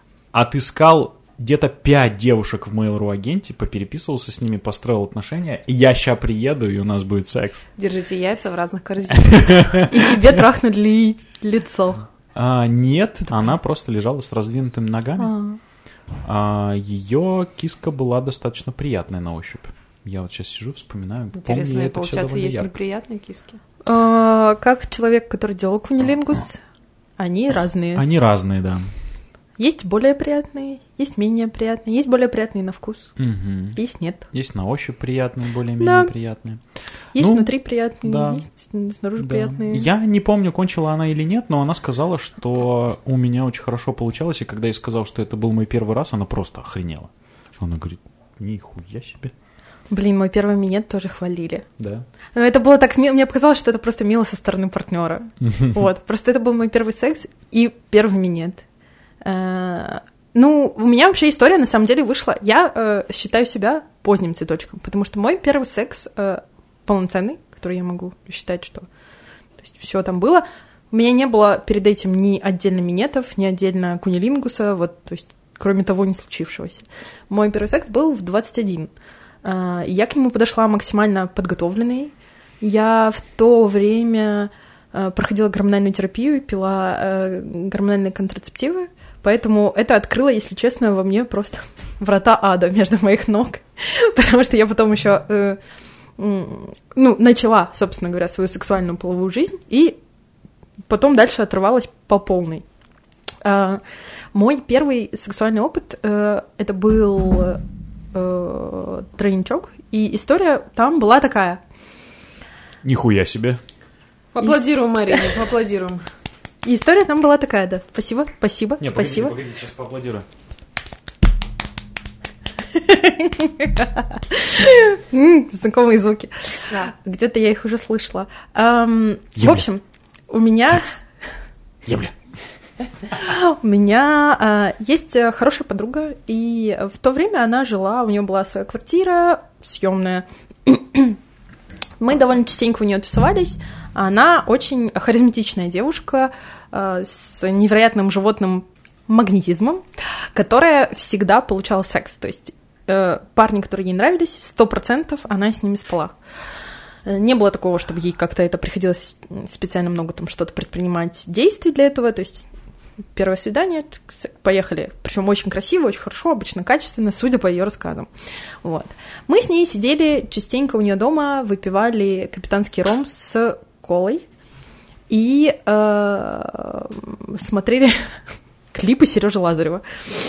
S1: отыскал где-то пять девушек в Mail.ru агенте, попереписывался с ними, построил отношения, и я ща приеду, и у нас будет секс.
S3: Держите яйца в разных корзинах.
S2: И тебе трахнули лицо.
S1: А, нет, она просто лежала с раздвинутыми ногами.
S2: А.
S1: А ее киска была достаточно приятная на ощупь. Я вот сейчас сижу, вспоминаю. Помню
S3: Интересно,
S1: я
S3: и
S1: это все
S3: получается,
S1: довольно
S3: есть
S1: ярко.
S3: неприятные киски?
S2: А, как человек, который делал кунилингус, они разные.
S1: Они разные, да.
S2: Есть более приятные, есть менее приятные, есть более приятные на вкус,
S1: Мгм.
S2: есть нет.
S1: Есть на ощупь приятные, более-менее
S2: Да.
S1: приятные.
S2: Есть
S1: Ну,
S2: внутри приятные,
S1: да.
S2: есть снаружи
S1: Да.
S2: приятные.
S1: Я не помню, кончила она или нет, но она сказала, что у меня очень хорошо получалось, и когда я сказал, что это был мой первый раз, она просто охренела. Она говорит, нихуя себе.
S2: Блин, мой первый минет тоже хвалили.
S1: Да.
S2: Но это было так мило, мне показалось, что это просто мило со стороны партнера. Вот, просто это был мой первый секс и первый минет. Э, Ну, у меня вообще история на самом деле вышла. Я э, считаю себя поздним цветочком, потому что мой первый секс э, полноценный, который я могу считать, что то есть все там было. У меня не было перед этим ни отдельно минетов, ни отдельно кунилингуса, вот, то есть кроме того не случившегося. Мой первый секс был в двадцать один. Э, я к нему подошла максимально подготовленной. Я в то время э, проходила гормональную терапию, пила э, гормональные контрацептивы. Поэтому это открыло, если честно, во мне просто врата ада между моих ног, потому что я потом еще э, э, ну, начала, собственно говоря, свою сексуальную половую жизнь, и потом дальше отрывалась по полной. Э, мой первый сексуальный опыт э, — это был э, тройничок, и история там была такая.
S1: Нихуя себе.
S3: Поаплодируем, Марине, поаплодируем.
S2: И история там была такая, да. Спасибо, спасибо,
S1: Не,
S2: спасибо.
S1: погодите, погодите, сейчас поаплодирую.
S2: М, Знакомые звуки.
S3: Да.
S2: Где-то я их уже слышала. Ам, В
S1: Ебля.
S2: общем, у меня...
S1: Ебля.
S2: У меня а, есть э, хорошая подруга, и в то время она жила, у нее была своя квартира съемная. Мы довольно частенько у нее тусовались. Она очень харизматичная девушка э, с невероятным животным магнетизмом, которая всегда получала секс. То есть э, парни, которые ей нравились, сто процентов она с ними спала. Э, Не было такого, чтобы ей как-то это приходилось специально много там что-то предпринимать действий для этого. То есть первое свидание, поехали. Причем очень красиво, очень хорошо, обычно качественно, судя по ее рассказам. Вот. Мы с ней сидели частенько у нее дома, выпивали капитанский ром с колой и э, смотрели клипы Сережи Лазарева.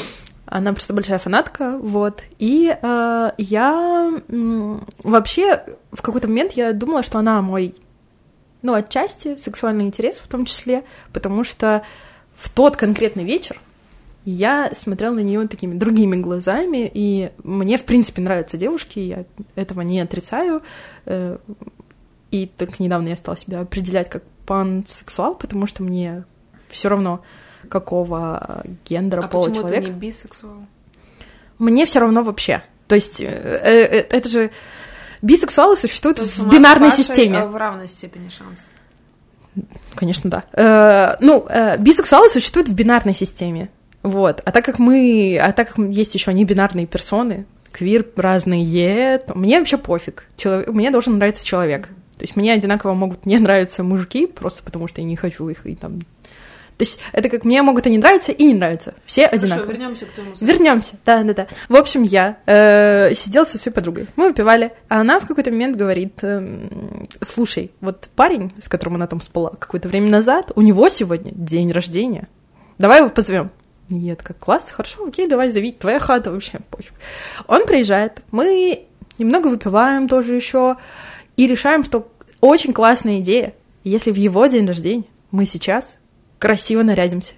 S2: Она просто большая фанатка, вот. И э, я м, вообще в какой-то момент я думала, что она мой, ну, отчасти сексуальный интерес в том числе, потому что в тот конкретный вечер я смотрела на нее такими другими глазами, и мне, в принципе, нравятся девушки, я этого не отрицаю, э, и только недавно я стала себя определять как пансексуал, потому что мне все равно, какого гендера,
S3: а
S2: пола
S3: почему
S2: человек.
S3: ты не бисексуал?
S2: Мне все равно вообще. То есть э, э, это же бисексуалы существуют
S3: То есть
S2: в бинарной
S3: у нас с Пашей,
S2: системе.
S3: а, в равной степени шанс.
S2: Конечно, да. Э, ну, э, бисексуалы существуют в бинарной системе. Вот. А так как мы, а так как есть еще небинарные персоны, квир разные, то мне вообще пофиг. Человек, мне должен нравиться человек. То есть мне одинаково могут не нравиться мужики, просто потому что я не хочу их и там. То есть это как мне могут и не нравиться, и не нравиться. Все
S3: Хорошо,
S2: одинаково.
S3: вернемся к тому.
S2: Вернемся, да, да, да. В общем, я э, сидела со своей подругой. Мы выпивали, а она в какой-то момент говорит: э, слушай, вот парень, с которым она там спала какое-то время назад, у него сегодня день рождения. Давай его позовем. И я такая: класс, хорошо, окей, давай зови. Твоя хата, вообще пофиг. Он приезжает, мы немного выпиваем тоже еще и решаем, что очень классная идея, если в его день рождения мы сейчас красиво нарядимся.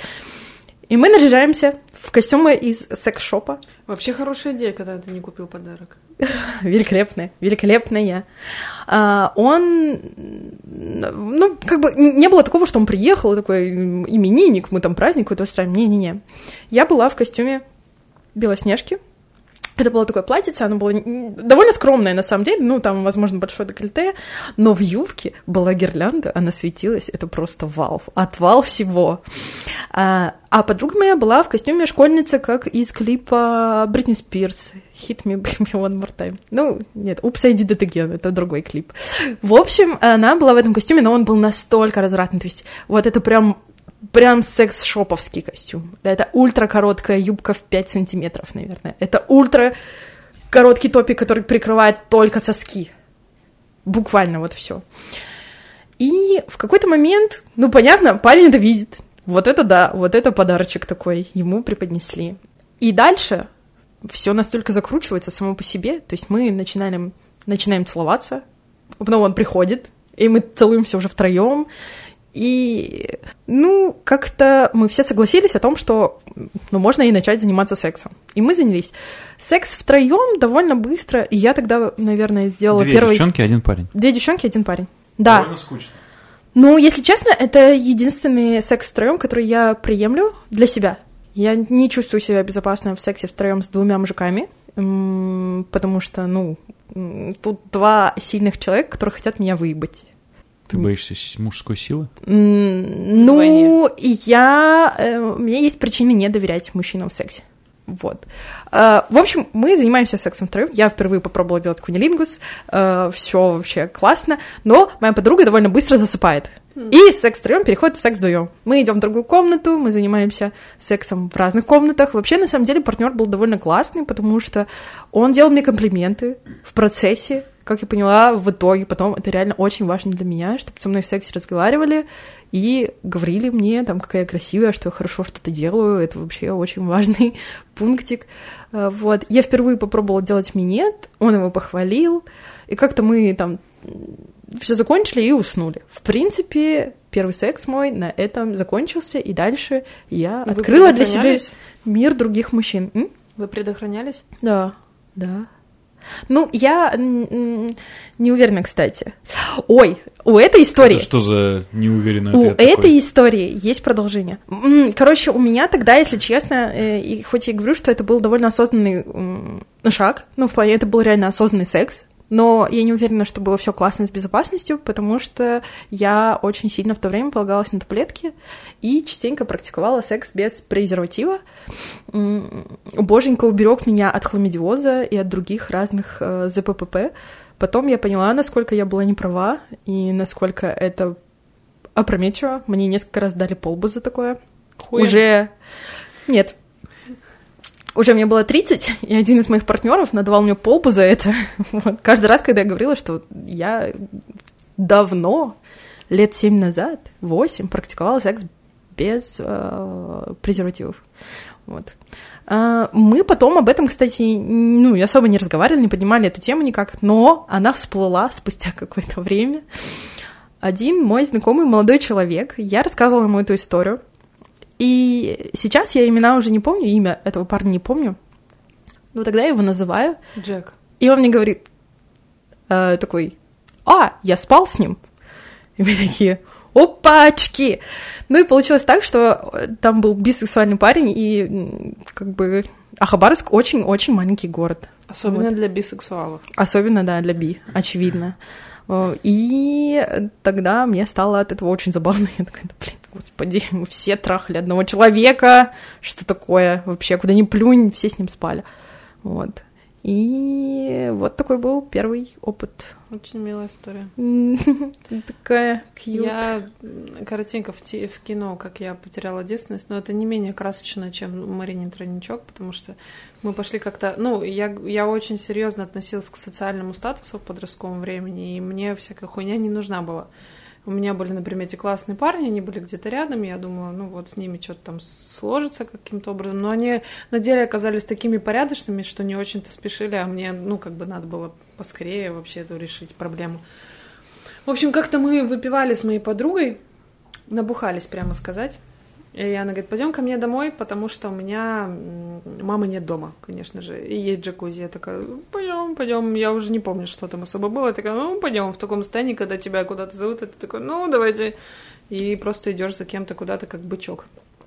S2: И мы наряжаемся в костюмы из секс-шопа.
S3: Вообще хорошая идея, когда ты не купил подарок.
S2: Великолепная, великолепная. А, он, ну, как бы не было такого, что он приехал, такой именинник, мы там праздник какой-то устраиваем. Не-не-не. Я была в костюме Белоснежки. Это было такое платьице, оно было довольно скромное, на самом деле, ну, там, возможно, большое декольте, но в юбке была гирлянда, она светилась, это просто вау, отвал всего. А, а подруга моя была в костюме школьницы, как из клипа Бритни Спирс, Hit Me Baby One More Time. Ну, нет, Oops, I Did It Again, это другой клип. В общем, она была в этом костюме, но он был настолько развратный, то есть вот это прям... Прям секс-шоповский костюм. Это ультра-короткая юбка в пять сантиметров, наверное. Это ультра-короткий топик, который прикрывает только соски. Буквально вот все. И в какой-то момент, ну, понятно, парень это видит. Вот это да, вот это подарочек такой ему преподнесли. И дальше все настолько закручивается само по себе. То есть мы начинаем, начинаем целоваться, потом он приходит, и мы целуемся уже втроем. И, ну, как-то мы все согласились о том, что, ну, можно и начать заниматься сексом. И мы занялись. Секс втроем довольно быстро, и я тогда, наверное, сделала
S1: Две
S2: первый...
S1: Две девчонки, один парень.
S2: Две девчонки, один парень. Да.
S1: Довольно скучно.
S2: Ну, если честно, это единственный секс втроем, который я приемлю для себя. Я не чувствую себя безопасно в сексе втроем с двумя мужиками, потому что, ну, тут два сильных человека, которые хотят меня выебать.
S1: Ты боишься мужской силы?
S2: Ну, я... Э, у меня есть причины не доверять мужчинам в сексе. Вот. Э, в общем, мы занимаемся сексом втроем. Я впервые попробовала делать кунилингус. Э, все вообще классно. Но моя подруга довольно быстро засыпает. И секс втроем переходит в секс вдвоем. Мы идем в другую комнату, мы занимаемся сексом в разных комнатах. Вообще, на самом деле, партнер был довольно классный, потому что он делал мне комплименты в процессе. Как я поняла, в итоге потом это реально очень важно для меня, чтобы со мной в сексе разговаривали и говорили мне, там, какая я красивая, что я хорошо что-то делаю. Это вообще очень важный пунктик. Вот. Я впервые попробовала делать минет, он его похвалил, и как-то мы там все закончили и уснули. В принципе, первый секс мой на этом закончился, и дальше я и открыла для себя мир других мужчин. М?
S3: Вы предохранялись?
S2: Да, да. Ну, я не уверена, кстати. Ой, у этой истории...
S1: Это что за неуверенный
S2: ответ
S1: У
S2: такой?
S1: этой
S2: истории есть продолжение. Короче, у меня тогда, если честно, и хоть я говорю, что это был довольно осознанный шаг, ну, в плане, это был реально осознанный секс, но я не уверена, что было все классно с безопасностью, потому что я очень сильно в то время полагалась на таблетки и частенько практиковала секс без презерватива. Боженька уберег меня от хламидиоза и от других разных э, зэ пэ пэ пэ. Потом я поняла, насколько я была неправа и насколько это опрометчиво. Мне несколько раз дали по лбу за такое.
S3: Хуя.
S2: Уже... Нет. Уже мне было тридцать, и один из моих партнеров надавал мне по лбу за это. Вот. Каждый раз, когда я говорила, что я давно, лет семь назад, восемь, практиковала секс без э, презервативов. Вот. Мы потом об этом, кстати, ну, особо не разговаривали, не поднимали эту тему никак, но она всплыла спустя какое-то время. Один мой знакомый молодой человек, я рассказывала ему эту историю, и сейчас я имена уже не помню, имя этого парня не помню, но тогда я его называю.
S3: Джек.
S2: И он мне говорит э, такой, а, я спал с ним. И мы такие, опачки! Ну и получилось так, что там был бисексуальный парень, и как бы... А Хабаровск очень-очень маленький город.
S3: Особенно
S2: вот.
S3: Для бисексуалов.
S2: Особенно, да, для би, очевидно. И тогда мне стало от этого очень забавно. Я такая, да, блин, господи, мы все трахали одного человека. Что такое? Вообще, куда ни плюнь, все с ним спали. Вот. И вот такой был первый опыт.
S3: Очень милая история.
S2: Такая cute.
S3: Я коротенько в, те, в кино, как я потеряла девственность, но это не менее красочно, чем Маринин тройничок, потому что мы пошли как-то... Ну, я, я очень серьезно относилась к социальному статусу в подростковом времени, и мне всякая хуйня не нужна была. У меня были на примете классные парни, они были где-то рядом, я думала, ну вот с ними что-то там сложится каким-то образом, но они на деле оказались такими порядочными, что не очень-то спешили, а мне, ну, как бы надо было поскорее вообще эту решить проблему. В общем, как-то мы выпивали с моей подругой, набухались, прямо сказать, и она говорит, пойдем ко мне домой, потому что у меня мамы нет дома, конечно же, и есть джакузи. Я такая, пойдем, пойдем. Я уже не помню, что там особо было. Я такая, ну, пойдем в таком состоянии, когда тебя куда-то зовут, и ты такой, ну, давайте. И просто идешь за кем-то куда-то, как бычок.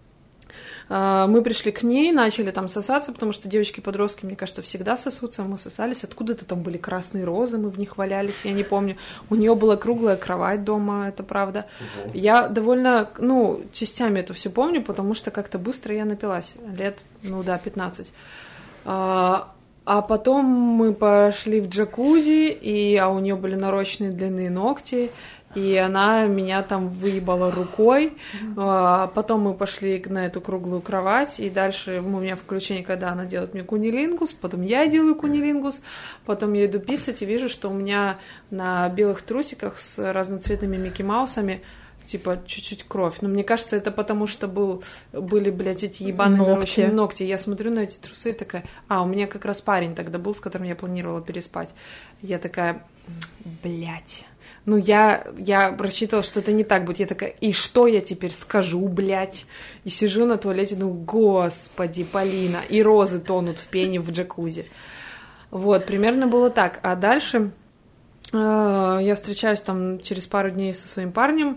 S3: Мы пришли к ней, начали там сосаться, потому что девочки-подростки, мне кажется, всегда сосутся. Мы сосались, откуда-то там были красные розы, мы в них валялись, я не помню. У нее была круглая кровать дома, это правда. Угу. Я довольно, ну, частями это все помню, потому что как-то быстро я напилась, лет, ну да, пятнадцать. А, а потом мы пошли в джакузи, и, а у нее были нарощенные длинные ногти, и она меня там выебала рукой. Mm-hmm. Потом мы пошли на эту круглую кровать, и дальше у меня включение, когда она делает мне кунилингус, потом я делаю кунилингус, потом я иду писать и вижу, что у меня на белых трусиках с разноцветными Микки Маусами типа чуть-чуть кровь. Но мне кажется, это потому что был, были, блядь, эти ебаные нарощенные ногти. Я смотрю на эти трусы и такая... А, у меня как раз парень тогда был, с которым я планировала переспать. Я такая, блядь... Ну, я, я рассчитывала, что это не так будет. Я такая, и что я теперь скажу, блядь? И сижу на туалете, ну, господи, Полина. И розы тонут в пене в джакузи. Вот, примерно было так. А дальше э, я встречаюсь там через пару дней со своим парнем,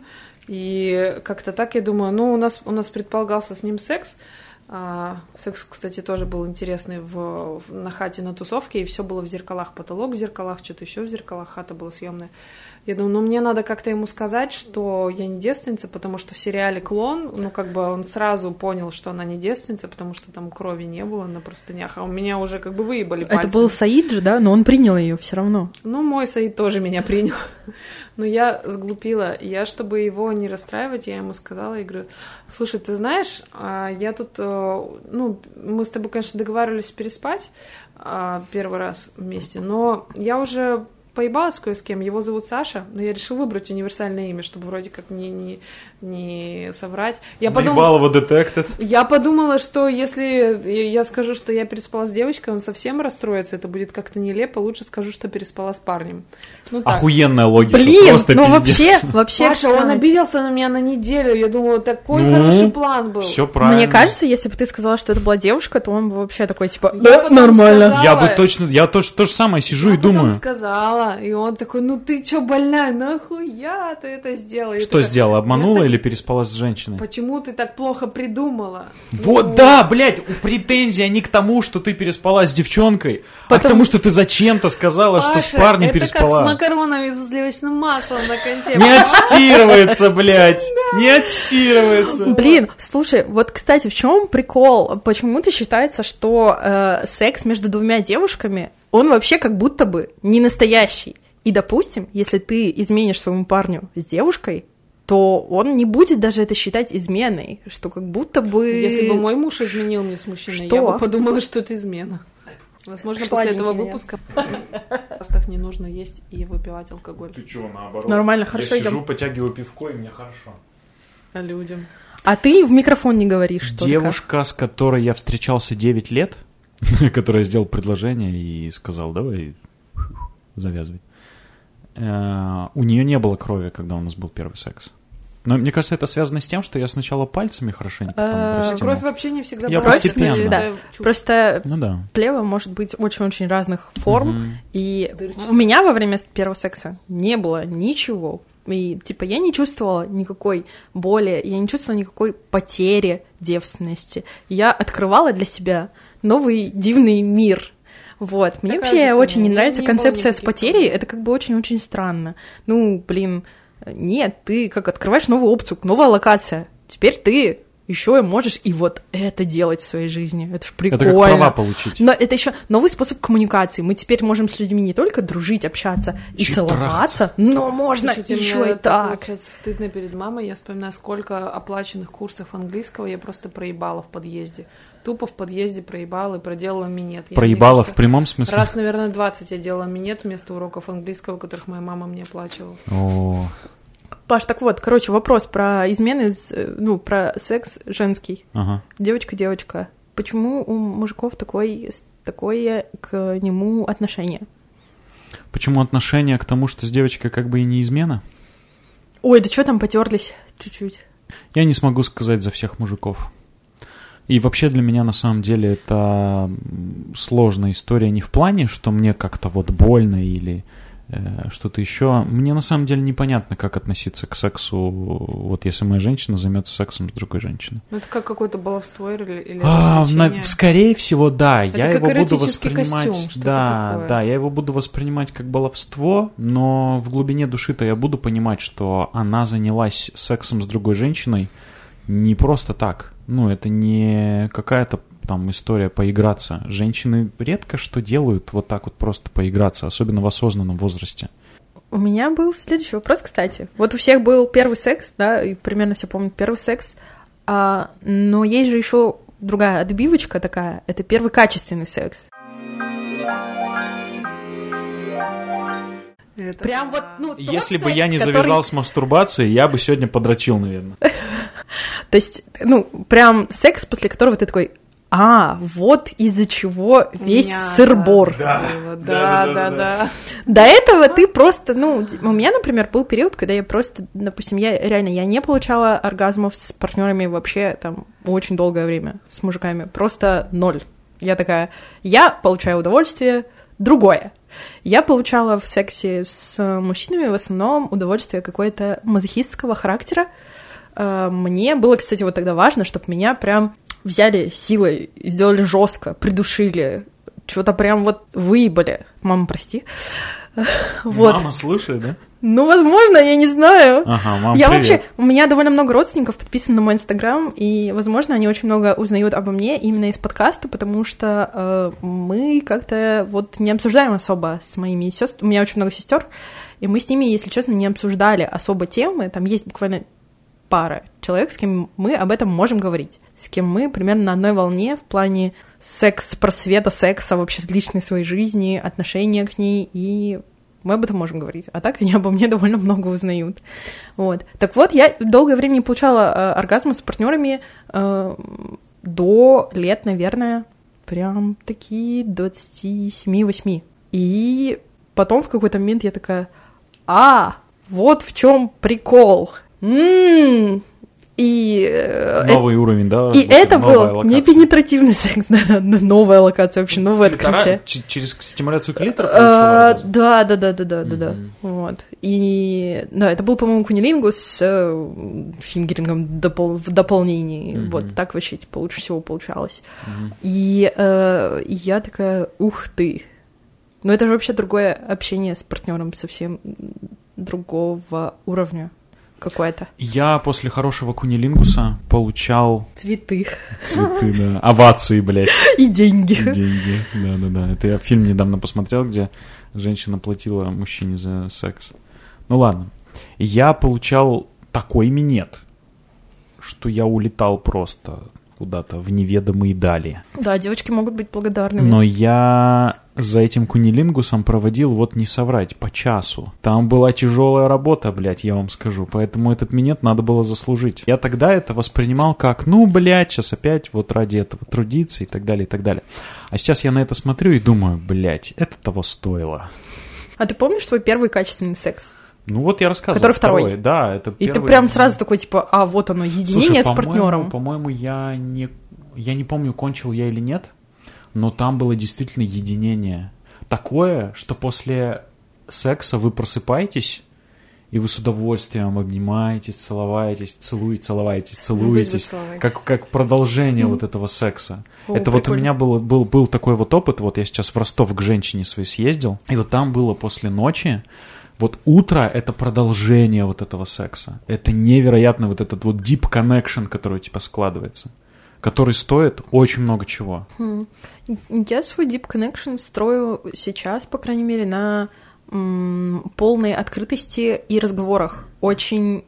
S3: и как-то так я думаю, ну, у нас, у нас предполагался с ним секс. А, секс, кстати, тоже был интересный в, в, на хате на тусовке, и все было в зеркалах, потолок в зеркалах, что-то еще в зеркалах, хата была съемная. Я думаю, ну мне надо как-то ему сказать, что я не девственница, потому что в сериале «Клон», ну как бы он сразу понял, что она не девственница, потому что там крови не было на простынях, а у меня уже как бы выебали пальцем.
S2: Это был Саид же, да? Но он принял ее все равно.
S3: Ну, мой Саид тоже меня принял. Но я сглупила. Я, чтобы его не расстраивать, я ему сказала, я говорю, слушай, ты знаешь, я тут, ну, мы с тобой, конечно, договаривались переспать первый раз вместе, но я уже поебалась кое с кем, его зовут Саша, но я решила выбрать универсальное имя, чтобы вроде как не, не, не соврать. Я
S1: подумала, detected.
S3: Я подумала, что если я скажу, что я переспала с девочкой, он совсем расстроится, это будет как-то нелепо, лучше скажу, что переспала с парнем. Ну,
S1: охуенная логика,
S2: блин,
S1: просто
S2: ну
S1: пиздец.
S2: вообще, вообще...
S3: Паша, он обиделся на меня на неделю, я думала, такой ну, хороший план был.
S1: Все правильно.
S2: Мне кажется, если бы ты сказала, что это была девушка, то он бы вообще такой, типа, да, нормально.
S3: Сказала,
S1: я бы точно, я то, то же самое сижу
S3: я
S1: и думаю.
S3: Я сказала, и он такой, ну ты чё, больная, нахуя ты это сделала?
S1: Что сделала, обманула или переспала с женщиной?
S3: Почему ты так плохо придумала?
S1: Вот, ну... да, блядь, претензия не к тому, что ты переспала с девчонкой,
S2: Потому...
S1: а к тому, что ты зачем-то сказала,
S3: Паша,
S1: что с парнем
S3: это
S1: переспала.
S3: Это как с макаронами со сливочным маслом на конте.
S1: Не отстирывается, блядь, не отстирывается.
S2: Блин, слушай, вот, кстати, в чем прикол? Почему-то считается, что э, секс между двумя девушками, он вообще как будто бы не настоящий. И, допустим, если ты изменишь своему парню с девушкой, то он не будет даже это считать изменой, что как будто бы...
S3: Если бы мой муж изменил мне с мужчиной, что? Я бы подумала, что это измена. Возможно, после этого выпуска в не нужно есть и выпивать алкоголь.
S1: Ты чего, наоборот?
S2: Нормально, хорошо.
S1: Я сижу, потягиваю пивко, и мне хорошо.
S3: А людям?
S2: А ты в микрофон не говоришь.
S1: Девушка, с которой я встречался девять лет, которая сделала предложение и сказал, давай завязывай. У нее не было крови, когда у нас был первый секс. Но мне кажется, это связано с тем, что я сначала пальцами хорошенько там растянул.
S3: Кровь вообще не всегда
S1: я
S3: бывает.
S1: постепенно.
S2: Да. Просто
S1: ну, да.
S2: плева может быть очень-очень разных форм.
S1: Угу.
S2: И у меня во время первого секса не было ничего. И, типа, я не чувствовала никакой боли, я не чувствовала никакой потери девственности. Я открывала для себя новый дивный мир. Вот. Мне
S3: Такая
S2: вообще
S3: же
S2: очень не
S3: не
S2: нравится
S3: не
S2: концепция с
S3: никаких
S2: потерей.
S3: проблем.
S2: Это как бы очень-очень странно. Ну, блин, нет, ты как открываешь новую опцию, новая локация. Теперь ты еще можешь и вот это делать в своей жизни. Это ж прикольно.
S1: Это как права получить.
S2: Но это еще новый способ коммуникации. Мы теперь можем с людьми не только дружить, общаться и
S1: Чуть
S2: целоваться, но можно
S3: Слушайте,
S2: еще
S3: мне
S2: и так.
S3: получается стыдно перед мамой. Я вспоминаю, сколько оплаченных курсов английского я просто проебала в подъезде. Тупо в подъезде проебала и проделала минет. Я,
S1: Проебала
S3: кажется,
S1: в прямом смысле?
S3: Раз, наверное, двадцать я делала минет вместо уроков английского, которых моя мама мне оплачивала.
S1: О.
S2: Паш, так вот, короче, вопрос про измены, ну, про секс женский.
S1: Ага.
S2: Девочка-девочка. Почему у мужиков такой, такое к нему отношение?
S1: Почему отношение к тому, что с девочкой как бы и не измена?
S2: Ой, да что там, потерлись чуть-чуть?
S1: Я не смогу сказать за всех мужиков. И вообще для меня на самом деле это сложная история не в плане, что мне как-то вот больно или э, что-то еще. Мне на самом деле непонятно, как относиться к сексу, вот если моя женщина займется сексом с другой женщиной.
S3: Ну, это как какое-то баловство или, или
S1: а,
S3: развлечение.
S1: на, скорее всего, да.
S3: Это
S1: я
S3: как
S1: его буду
S3: эротический
S1: воспринимать.
S3: костюм, что-то
S1: да,
S3: такое.
S1: да, я его буду воспринимать как баловство, но в глубине души-то я буду понимать, что она занялась сексом с другой женщиной не просто так. Ну, это не какая-то там история поиграться. Женщины редко что делают вот так вот просто поиграться, особенно в осознанном возрасте.
S2: У меня был следующий вопрос, кстати. Вот у всех был первый секс, да, и примерно все помнят первый секс, а, но есть же еще другая отбивочка такая, это первый качественный секс.
S3: Это
S2: Прям
S3: да.
S2: вот, ну, тот
S1: Если бы
S2: секс,
S1: я не
S2: который-
S1: завязал с мастурбацией, я бы сегодня подрочил, наверное.
S2: То есть, ну, прям секс, после которого ты такой, а, вот из-за чего
S3: У
S2: весь
S3: меня,
S2: сыр-бор.
S3: Да, да, да, да, да.
S2: До этого ты просто, ну, у меня, например, был период, когда я просто, допустим, я реально, я не получала оргазмов с партнерами вообще там очень долгое время, с мужиками, просто ноль. Я такая, я получаю удовольствие другое. Я получала в сексе с мужчинами в основном удовольствие какое-то мазохистского характера. Мне было, кстати, вот тогда важно, чтобы меня прям взяли силой, сделали жестко, придушили, что-то прям вот выебали. Мама, прости. Вот.
S1: Мама слушает, да?
S2: Ну, возможно, я не знаю.
S1: Ага, мам,
S2: Я
S1: привет.
S2: вообще, у меня довольно много родственников подписано на мой инстаграм, и, возможно, они очень много узнают обо мне именно из подкаста, потому что э, мы как-то вот не обсуждаем особо с моими сестрами. У меня очень много сестер, и мы с ними, если честно, не обсуждали особо темы. Там есть буквально пара человек, с кем мы об этом можем говорить, с кем мы примерно на одной волне в плане секс-просвета, секса, вообще личной своей жизни, отношения к ней, и мы об этом можем говорить. А так они обо мне довольно много узнают. Вот. Так вот, я долгое время не получала э, оргазма с партнерами э, до лет, наверное, прям такие двадцати семи восьми. И потом в какой-то момент я такая, а, вот в чем прикол. М-м-м. И э,
S1: Новый уровень, да?
S2: И это
S1: новая
S2: был
S1: локация.
S2: не пенетративный секс, да, да, новая локация, вообще новое открытие.
S1: Ч- Через стимуляцию клитора
S2: А,
S1: получила?
S2: Да, да, да, да, да, да, да.
S1: Мгм.
S2: Вот. И да, это был, по-моему, кунилингус с э, фингерингом допол- в дополнении.
S1: Мгм.
S2: Вот так вообще типа лучше всего получалось.
S1: Мгм.
S2: И э, я такая, ух ты. Но это же вообще другое общение с партнером, совсем другого уровня какое-то.
S1: Я после хорошего кунилингуса получал
S2: Цветы
S1: цветы, да, овации, блядь,
S2: и деньги.
S1: и деньги. Да-да-да. Это я фильм недавно посмотрел, где женщина платила мужчине за секс. Ну ладно. Я получал такой минет, что я улетал просто куда-то в неведомые дали.
S2: Да, девочки могут быть благодарными.
S1: Но я за этим кунилингусом проводил, вот не соврать, по часу. Там была тяжелая работа, блядь, я вам скажу. Поэтому этот минет надо было заслужить. Я тогда это воспринимал как, ну, блядь, сейчас опять вот ради этого трудиться и так далее, и так далее. А сейчас я на это смотрю и думаю, блядь, это того стоило.
S2: А ты помнишь свой первый качественный секс?
S1: Ну вот я рассказывал.
S2: Который второй. второй.
S1: Да, это
S2: и
S1: первый.
S2: И ты прям сразу такой, типа, а вот оно, единение. Слушай, с партнером.
S1: По-моему, я не, я не помню, кончил я или нет, но там было действительно единение. Такое, что после секса вы просыпаетесь, и вы с удовольствием обнимаетесь, целуетесь, целуете, целуетесь, целуетесь, как, как продолжение mm-hmm. вот этого секса. О, это прикольно. Вот у меня был, был, был такой вот опыт, вот я сейчас в Ростов к женщине своей съездил, и вот там было после ночи, вот утро — это продолжение вот этого секса. Это невероятно вот этот вот deep connection, который типа складывается, который стоит очень много чего.
S2: Hmm. Я свой deep connection строю сейчас, по крайней мере, на м, полной открытости и разговорах. Очень,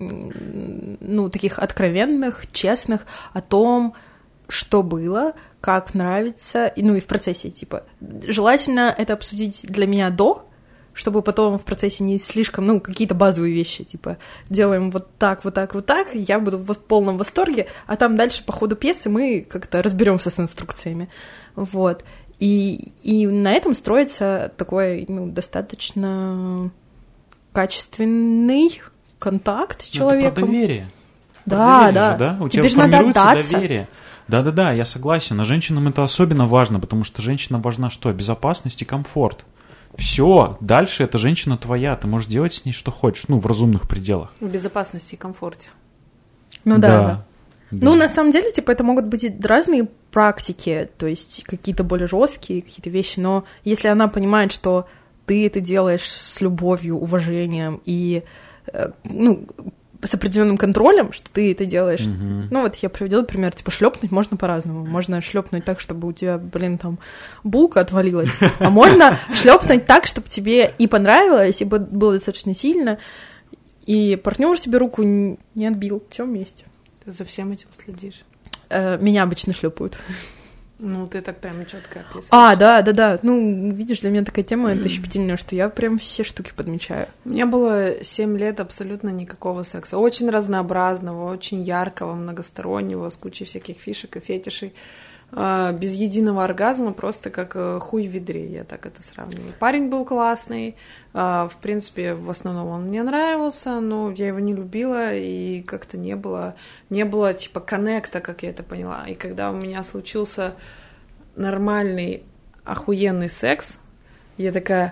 S2: ну, таких откровенных, честных о том, что было, как нравится, ну и в процессе, типа. Желательно это обсудить для меня до, чтобы потом в процессе не слишком, ну, какие-то базовые вещи, типа, делаем вот так, вот так, вот так, я буду в полном восторге, а там дальше по ходу пьесы мы как-то разберемся с инструкциями, вот. И, и на этом строится такой, ну, достаточно качественный контакт с человеком.
S1: Это про доверие.
S2: Да,
S1: про доверие
S2: да.
S1: Же, да? У
S2: Тебе
S1: тебя формируется
S2: надо
S1: доверие. Да-да-да, я согласен. А женщинам это особенно важно, потому что женщина важна что? Безопасность и комфорт. Все, дальше эта женщина твоя, ты можешь делать с ней что хочешь, ну, в разумных пределах.
S3: В безопасности и комфорте.
S2: Ну да,
S1: да.
S2: да. да. Ну, на самом деле, типа, это могут быть разные практики, то есть какие-то более жесткие какие-то вещи, но если она понимает, что ты это делаешь с любовью, уважением и, ну, с определенным контролем, что ты это делаешь. Uh-huh. Ну, вот я приводила пример, типа, шлепнуть можно по-разному. Можно шлепнуть так, чтобы у тебя, блин, там булка отвалилась, а можно шлепнуть так, чтобы тебе и понравилось, и было достаточно сильно, и партнер себе руку не отбил. Все вместе.
S3: Ты за всем этим следишь?
S2: Меня обычно шлепают.
S3: Ну, ты так прям четко описываешь.
S2: А, да, да, да. Ну, видишь, для меня такая тема, это щепетильная, что я прям все штуки подмечаю.
S3: У меня было семь лет абсолютно никакого секса. Очень разнообразного, очень яркого, многостороннего, с кучей всяких фишек и фетишей. Без единого оргазма, просто как хуй в ведре, я так это сравниваю. Парень был классный, в принципе, в основном он мне нравился, но я его не любила, и как-то не было, не было типа коннекта, как я это поняла. И когда у меня случился нормальный, охуенный секс, я такая,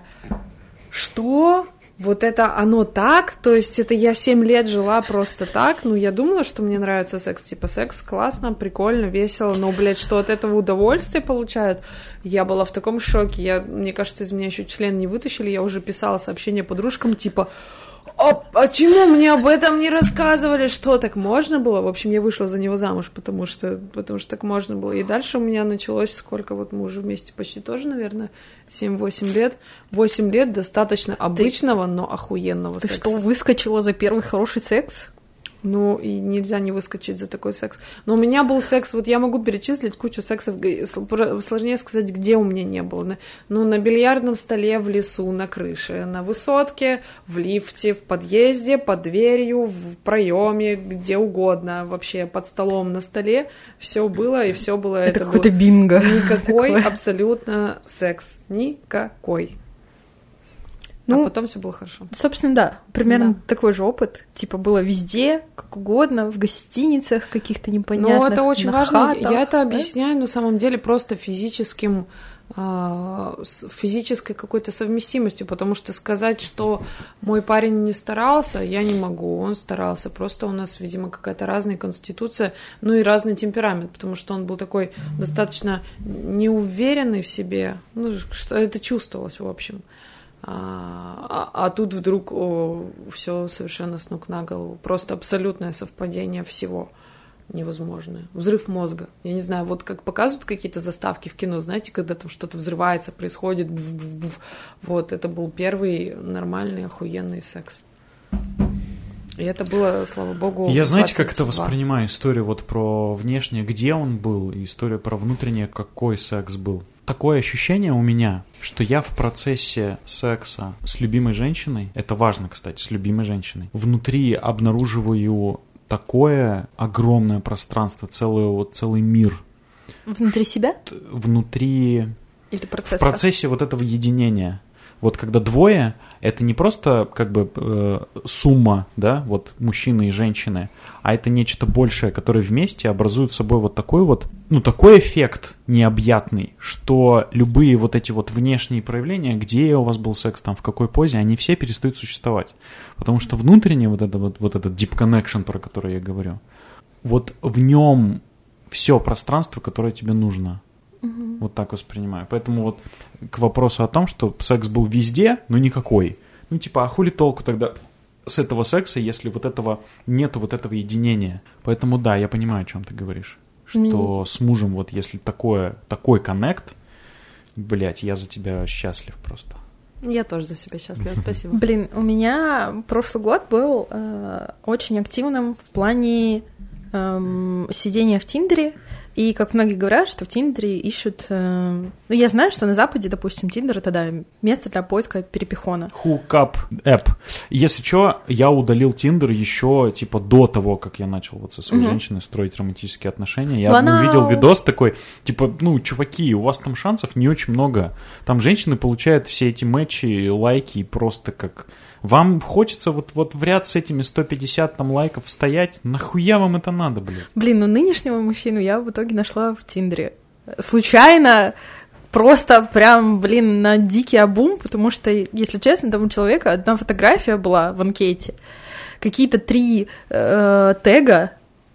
S3: что? Вот это оно так? То есть это я семь лет жила просто так? Ну, я думала, что мне нравится секс. Типа, секс классно, прикольно, весело, но, блядь, что от этого удовольствие получают? Я была в таком шоке. Я, мне кажется, из меня еще член не вытащили. Я уже писала сообщения подружкам, типа, а почему мне об этом не рассказывали? Что, так можно было? В общем, я вышла за него замуж, потому что, потому что так можно было. И дальше у меня началось, сколько вот мы уже вместе почти тоже, наверное, семь-восемь лет. восемь лет достаточно обычного, ты, но охуенного
S2: ты
S3: секса.
S2: Ты что, выскочила за первый хороший секс?
S3: Ну, и нельзя не выскочить за такой секс. Но у меня был секс, вот я могу перечислить кучу сексов, сложнее сказать, где у меня не было. Ну, на бильярдном столе в лесу, на крыше, на высотке, в лифте, в подъезде, под дверью, в проеме, где угодно, вообще под столом, на столе. Все было, и все было.
S2: Это, это какой-то был бинго.
S3: Никакой такое. Абсолютно секс. Никакой. Ну, а потом все было хорошо.
S2: Собственно, да, примерно да. такой же опыт. Типа было везде, как угодно, в гостиницах каких-то непонятных.
S3: Ну, это очень
S2: на
S3: важно.
S2: Хатах,
S3: я это
S2: да?
S3: объясняю на самом деле просто физическим, физической какой-то совместимостью, потому что сказать, что мой парень не старался, я не могу. Он старался. Просто у нас, видимо, какая-то разная конституция, ну и разный темперамент, потому что он был такой достаточно неуверенный в себе. Ну, что это чувствовалось, в общем. А, а, а тут вдруг все совершенно с ног на голову. Просто абсолютное совпадение всего невозможное. Взрыв мозга. Я не знаю, вот как показывают какие-то заставки в кино, знаете, когда там что-то взрывается, происходит. Буф-буф-буф. Вот, это был первый нормальный, охуенный секс. И это было, слава богу,
S1: Я, знаете, как это
S3: двадцать два.
S1: воспринимаю историю вот про внешнее, где он был, и историю про внутреннее, какой секс был. Такое ощущение у меня, что я в процессе секса с любимой женщиной, это важно, кстати, с любимой женщиной, внутри обнаруживаю такое огромное пространство, целый, вот, целый мир.
S2: Внутри себя?
S1: Внутри...
S2: Или процесса?
S1: В процессе вот этого единения. Вот когда двое, это не просто как бы э, сумма, да, вот мужчины и женщины, а это нечто большее, которое вместе образует собой вот такой вот, ну, такой эффект необъятный, что любые вот эти вот внешние проявления, где у вас был секс, там, в какой позе, они все перестают существовать. Потому что внутренне вот это вот, вот этот deep connection, про который я говорю, вот в нем все пространство, которое тебе нужно.
S2: Угу.
S1: Вот так воспринимаю. Поэтому вот к вопросу о том, что секс был везде, но никакой. Ну, типа, а хули толку тогда с этого секса, если вот этого нету вот этого единения? Поэтому да, я понимаю, о чем ты говоришь. Что mm. с мужем вот если такое, такой коннект, блять, я за тебя счастлив просто.
S3: Я тоже за себя счастлива, спасибо.
S2: Блин, у меня прошлый год был э, очень активным в плане э, сидения в Тиндере. И, как многие говорят, что в Тиндере ищут... Э... Ну, я знаю, что на Западе, допустим, Тиндер — это, да, место для поиска перепихона.
S1: Hookup app. Если что, я удалил Тиндер еще, типа, до того, как я начал вот со своей угу. женщиной строить романтические отношения. Я
S2: она...
S1: увидел видос такой, типа, ну, чуваки, у вас там шансов не очень много. Там женщины получают все эти матчи, лайки, и просто как... Вам хочется вот, вот в ряд с этими сто пятьдесят там лайков стоять? Нахуя вам это надо, блядь?
S2: Блин, ну нынешнего мужчину я в итоге нашла в Тиндере. Случайно, просто прям, блин, на дикий обум, потому что, если честно, там у человека одна фотография была в анкете, какие-то три э, тега,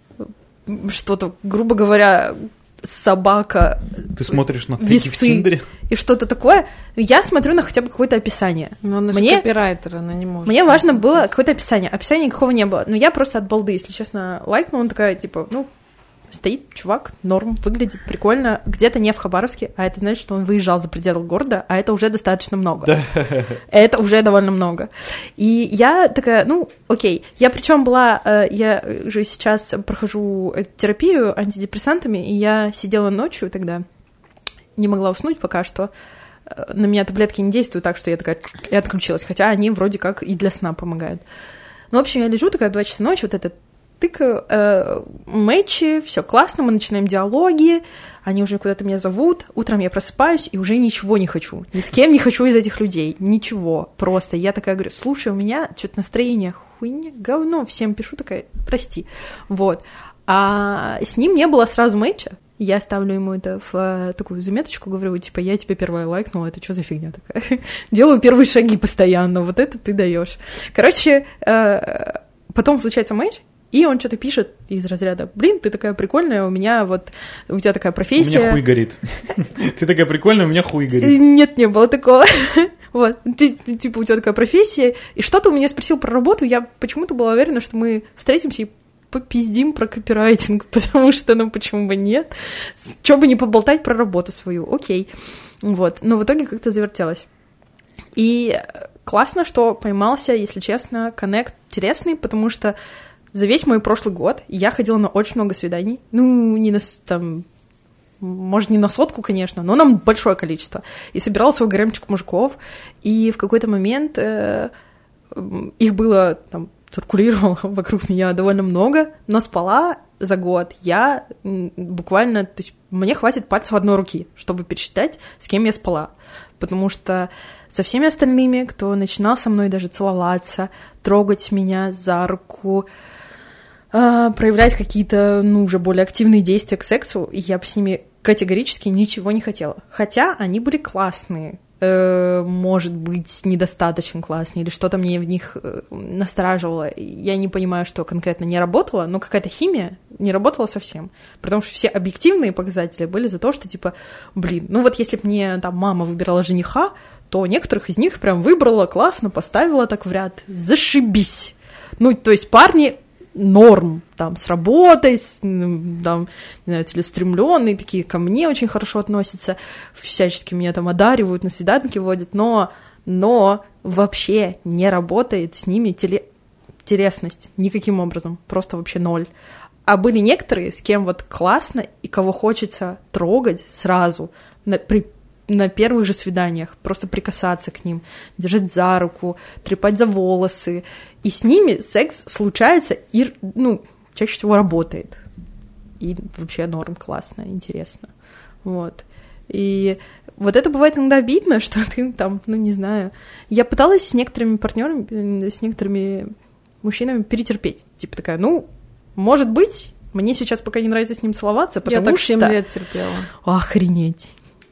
S2: что-то, грубо говоря... собака,
S1: ты смотришь на
S2: весы
S1: в Тиндере
S2: и что-то такое. Я смотрю на хотя бы какое-то описание.
S3: Но она
S2: мне,
S3: же копирайтер, она не может.
S2: Мне важно было какое-то описание. Описания никакого не было. Но я просто от балды, если честно, лайкнула. Он такая, типа, ну, стоит чувак, норм, выглядит прикольно. Где-то не в Хабаровске, а это значит, что он выезжал за пределы города, а это уже достаточно много.
S1: Да.
S2: Это уже довольно много. И я такая, ну, окей. Я причем была, я же сейчас прохожу терапию антидепрессантами, и я сидела ночью тогда, не могла уснуть пока что. На меня таблетки не действуют так, что я такая, я отключилась, хотя они вроде как и для сна помогают. Ну, в общем, я лежу такая в два часа ночи, вот этот тыкаю, э, мэтчи, все классно, мы начинаем диалоги, они уже куда-то меня зовут, утром я просыпаюсь и уже ничего не хочу, ни с кем не хочу из этих людей, ничего, просто. Я такая говорю, слушай, у меня что-то настроение хуйня, говно, всем пишу, такая, прости, вот. А с ним не было сразу мэтча, я ставлю ему это в uh, такую заметочку, говорю, типа, я тебе первая лайкнула, это что за фигня такая? Делаю первые шаги постоянно, вот это ты даешь. Короче, uh, потом случается мэтч, и он что-то пишет из разряда, блин, ты такая прикольная, у меня вот, у тебя такая профессия.
S1: У меня хуй горит. Ты такая прикольная, у меня хуй горит.
S2: Нет, не было такого. Вот, типа, у тебя такая профессия, и что-то у меня спросил про работу, я почему-то была уверена, что мы встретимся и попиздим про копирайтинг, потому что, ну, почему бы нет? Чё бы не поболтать про работу свою, окей. Вот, но в итоге как-то завертелось. И классно, что поймался, если честно, коннект интересный, потому что за весь мой прошлый год я ходила на очень много свиданий. Ну, не на, там, может, не на сотку, конечно, но на большое количество. И собирала свой гаремчик мужиков, и в какой-то момент э, их было, там, циркулировало вокруг меня довольно много, но спала за год я буквально... То есть мне хватит пальцев одной руки, чтобы пересчитать, с кем я спала. Потому что со всеми остальными, кто начинал со мной даже целоваться, трогать меня за руку, проявлять какие-то, ну, уже более активные действия к сексу, я бы с ними категорически ничего не хотела. Хотя они были классные, э, может быть, недостаточно классные, или что-то мне в них настораживало. Я не понимаю, что конкретно не работало, но какая-то химия не работала совсем. Потому что все объективные показатели были за то, что, типа, блин, ну вот если бы мне там мама выбирала жениха, то некоторых из них прям выбрала классно, поставила так в ряд. Зашибись! Ну, то есть парни... норм, там, с работой, с, там, не знаю, целеустремленные, такие ко мне очень хорошо относятся, всячески меня там одаривают, на свиданки водят, но, но вообще не работает с ними теле, интересность никаким образом, просто вообще ноль. А были некоторые, с кем вот классно и кого хочется трогать сразу, на, при, на первых же свиданиях, просто прикасаться к ним, держать за руку, трепать за волосы. И с ними секс случается и, ну, чаще всего работает. И вообще норм, классно, интересно. Вот. И вот это бывает иногда обидно, что ты там, ну, не знаю. Я пыталась с некоторыми партнерами, с некоторыми мужчинами перетерпеть. Типа такая, ну, может быть, мне сейчас пока не нравится с ним целоваться, потому
S3: я так
S2: что...
S3: семь лет терпела.
S2: Охренеть.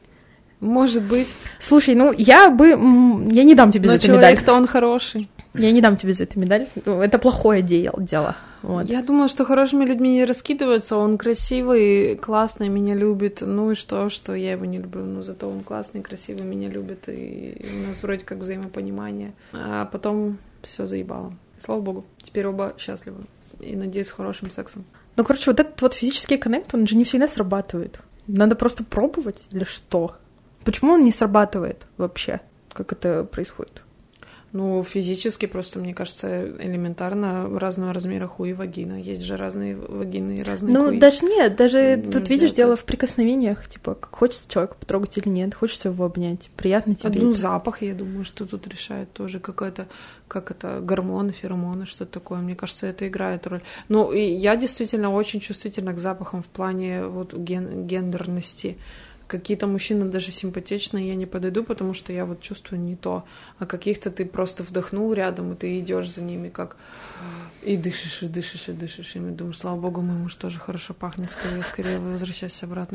S3: Может быть.
S2: Слушай, ну, я бы... Я не дам тебе
S3: Но
S2: за это медаль. Но
S3: человек-то он хороший.
S2: Я не дам тебе за это медаль. Это плохое дело. Вот.
S3: Я думала, что хорошими людьми не раскидываются. Он красивый, классный, меня любит. Ну и что, что я его не люблю. Ну зато он классный, красивый, меня любит. И у нас вроде как взаимопонимание. А потом все заебало. Слава богу, теперь оба счастливы. И, надеюсь, с хорошим сексом.
S2: Ну, короче, вот этот вот физический коннект, он же не всегда срабатывает. Надо просто пробовать или что? Почему он не срабатывает вообще? Как это происходит?
S3: Ну, физически просто, мне кажется, элементарно разного размера хуй и вагина. Есть же разные вагины и разные
S2: ну,
S3: хуи.
S2: Ну, даже нет, даже
S3: Нельзя
S2: тут, видишь,
S3: так.
S2: дело в прикосновениях. Типа, как хочется человека потрогать или нет, хочется его обнять. Приятно тебе.
S3: Ну, запах, я думаю, что тут решает тоже какой-то, как это, гормоны, феромоны, что-то такое. Мне кажется, это играет роль. Ну, и я действительно очень чувствительна к запахам в плане вот ген- гендерности. Какие-то мужчины даже симпатичные, я не подойду, потому что я вот чувствую не то. А каких-то ты просто вдохнул рядом, и ты идешь за ними, как и дышишь, и дышишь, и дышишь. И думаешь, слава богу, мой муж тоже хорошо пахнет, скорее, скорее возвращайся обратно.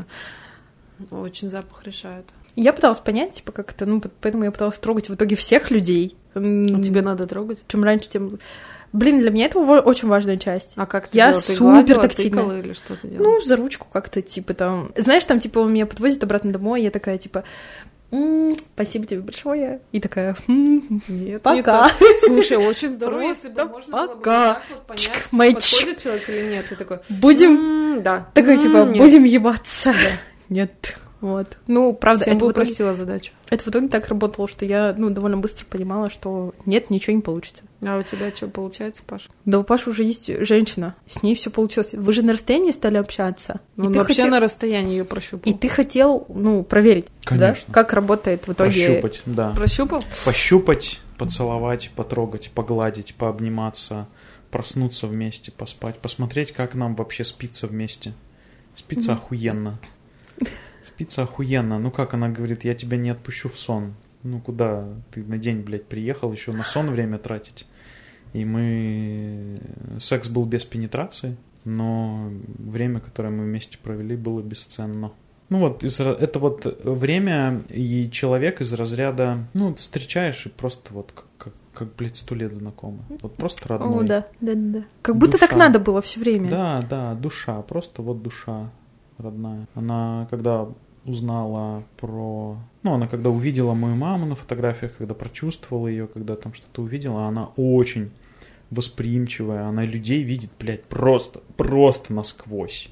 S3: Очень запах решает.
S2: Я пыталась понять, типа, как это, ну, поэтому я пыталась трогать в итоге всех людей.
S3: А тебе надо трогать?
S2: Чем раньше, тем... Блин, для меня это очень важная часть.
S3: А как ты
S2: я
S3: делала? Ты
S2: супер
S3: гладила,
S2: тактильная.
S3: тыкала или что ты делала?
S2: Ну, за ручку как-то, типа, там... Знаешь, там, типа, он меня подвозит обратно домой, я такая, типа... М-м, спасибо тебе большое. И такая... М-м,
S3: нет,
S2: пока.
S3: Не Слушай, очень здорово, если бы можно
S2: пока.
S3: было бы так вот понять,
S2: Чик, май,
S3: подходит человек или нет. Ты такой...
S2: Будем...
S3: М-м, да.
S2: Такой, типа,
S3: М-м,
S2: будем ебаться.
S3: Да.
S2: Нет. Вот. Ну, правда,
S3: Всем
S2: это
S3: бы
S2: в итоге...
S3: упростила задачу.
S2: Это в итоге так работало, что я, ну, довольно быстро понимала, что нет, ничего не получится.
S3: А у тебя что получается, Паша?
S2: Да у Паши уже есть женщина, с ней все получилось. Вы же на расстоянии стали общаться.
S3: Ну,
S2: и ты
S3: вообще
S2: хотел...
S3: на расстоянии ее прощупал.
S2: И ты хотел, ну, проверить,
S1: Конечно.
S2: да, как работает в итоге.
S1: Пощупать, да.
S3: Прощупал?
S1: Пощупать, поцеловать, потрогать, погладить, пообниматься, проснуться вместе, поспать, посмотреть, как нам вообще спится вместе. Спится mm-hmm. охуенно. Спится охуенно. Ну как она говорит, я тебя не отпущу в сон. Ну куда ты на день, блядь, приехал еще на сон время тратить? И мы... Секс был без пенетрации, но время, которое мы вместе провели, было бесценно. Ну вот, из... это вот время, и человек из разряда, ну, встречаешь и просто вот как, как, как блядь, сто лет знакомы. Вот просто родной.
S2: О, да, да, да. Как будто
S1: душа.
S2: Так надо было все время.
S1: Да, да, душа, просто вот душа родная. Она, когда узнала про... Ну, она когда увидела мою маму на фотографиях, когда прочувствовала ее, когда там что-то увидела, она очень восприимчивая. Она людей видит, блядь, просто, просто насквозь.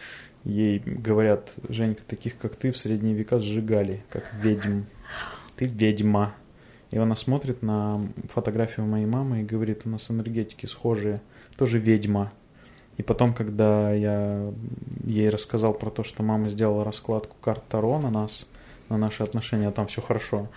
S1: Ей говорят, Женька, таких как ты в средние века сжигали, как ведьм. Ты ведьма. И она смотрит на фотографию моей мамы и говорит, у нас энергетики схожие, тоже ведьма. И потом, когда я ей рассказал про то, что мама сделала раскладку карт Таро на нас, на наши отношения, а там все хорошо.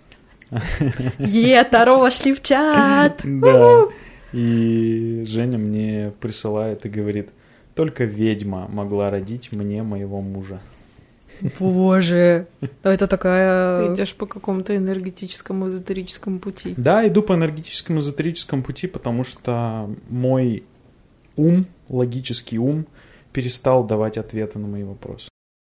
S2: Е, Таро вошли в чат!
S1: Да. И Женя мне присылает и говорит, только ведьма могла родить мне моего мужа.
S2: Боже, это такая...
S3: Ты идешь по какому-то энергетическому, эзотерическому пути.
S1: Да, иду по энергетическому, эзотерическому пути, потому что мой ум, логический ум, перестал давать ответы на мои вопросы.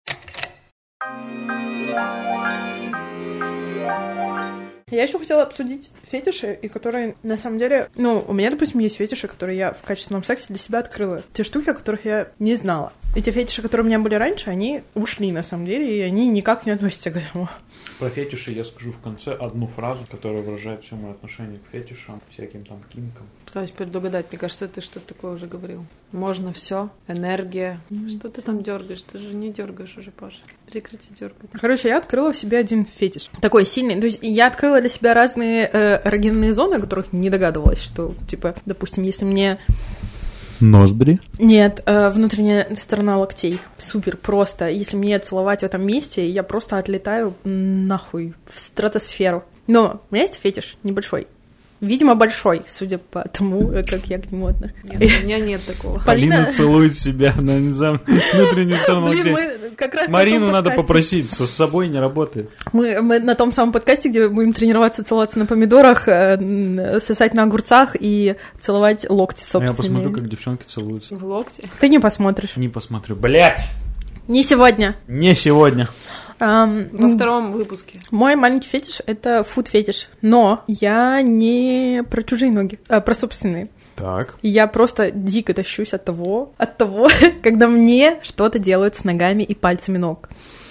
S2: Я еще хотела обсудить фетиши, и которые, на самом деле... Ну, у меня, допустим, есть фетиши, которые я в качественном сексе для себя открыла. Те штуки, о которых я не знала. Эти фетиши, которые у меня были раньше, они ушли, на самом деле, и они никак не относятся к этому.
S1: Про фетиши я скажу в конце одну фразу, которая выражает все мое отношение к фетишам, всяким там кинкам.
S3: Пытаюсь предугадать. Мне кажется, ты что-то такое уже говорил. Можно все, энергия. Mm-hmm. Что ты там дергаешь? Ты же не дергаешь уже, Паша. Прекрати дергать.
S2: Короче, я открыла в себе один фетиш. Такой сильный. То есть я открыла для себя разные э, эрогенные зоны, о которых не догадывалась, что, типа, допустим, если мне...
S1: Ноздри?
S2: Нет, э, внутренняя сторона локтей. Супер, просто. Если мне целовать в этом месте, я просто отлетаю нахуй в стратосферу. Но у меня есть фетиш небольшой. Видимо, большой, судя по тому, как я к нему отношусь.
S3: Нет, у меня нет такого.
S1: Полина, Полина целует себя на внутреннюю сторону локтей. Марину надо попросить, с собой не работает.
S2: Мы, мы на том самом подкасте, где будем тренироваться целоваться на помидорах, сосать на огурцах и целовать локти собственные.
S1: Я посмотрю, как девчонки целуются.
S3: В локти?
S2: Ты не посмотришь.
S1: Не посмотрю. Блять!
S2: Не сегодня.
S1: Не сегодня.
S2: Um,
S3: Во втором выпуске.
S2: Мой маленький фетиш — это фуд-фетиш, но я не про чужие ноги, а про собственные.
S1: Так.
S2: Я просто дико тащусь от того, от того, когда мне что-то делают с ногами и пальцами ног.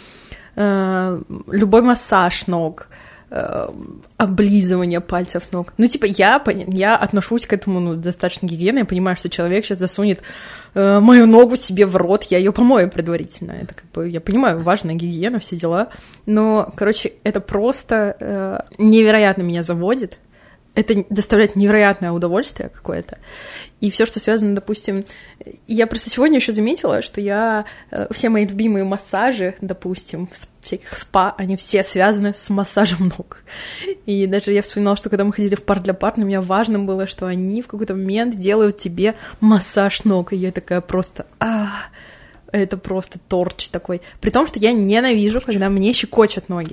S2: Uh, любой массаж ног, uh, облизывание пальцев ног. Ну, типа, я, я отношусь к этому ну, достаточно гигиенно, я понимаю, что человек сейчас засунет э, мою ногу себе в рот, я ее помою предварительно. Это как бы, я понимаю, важная гигиена, все дела. Но, короче, это просто э, невероятно меня заводит. Это доставляет невероятное удовольствие какое-то. И все, что связано, допустим... Я просто сегодня еще заметила, что я... Все мои любимые массажи, допустим, в всяких спа, они все связаны с массажем ног. И даже я вспоминала, что когда мы ходили в пар для пар, для меня важно было, что они в какой-то момент делают тебе массаж ног. И я такая просто... А, это просто торч такой. При том, что я ненавижу, когда мне щекочут ноги.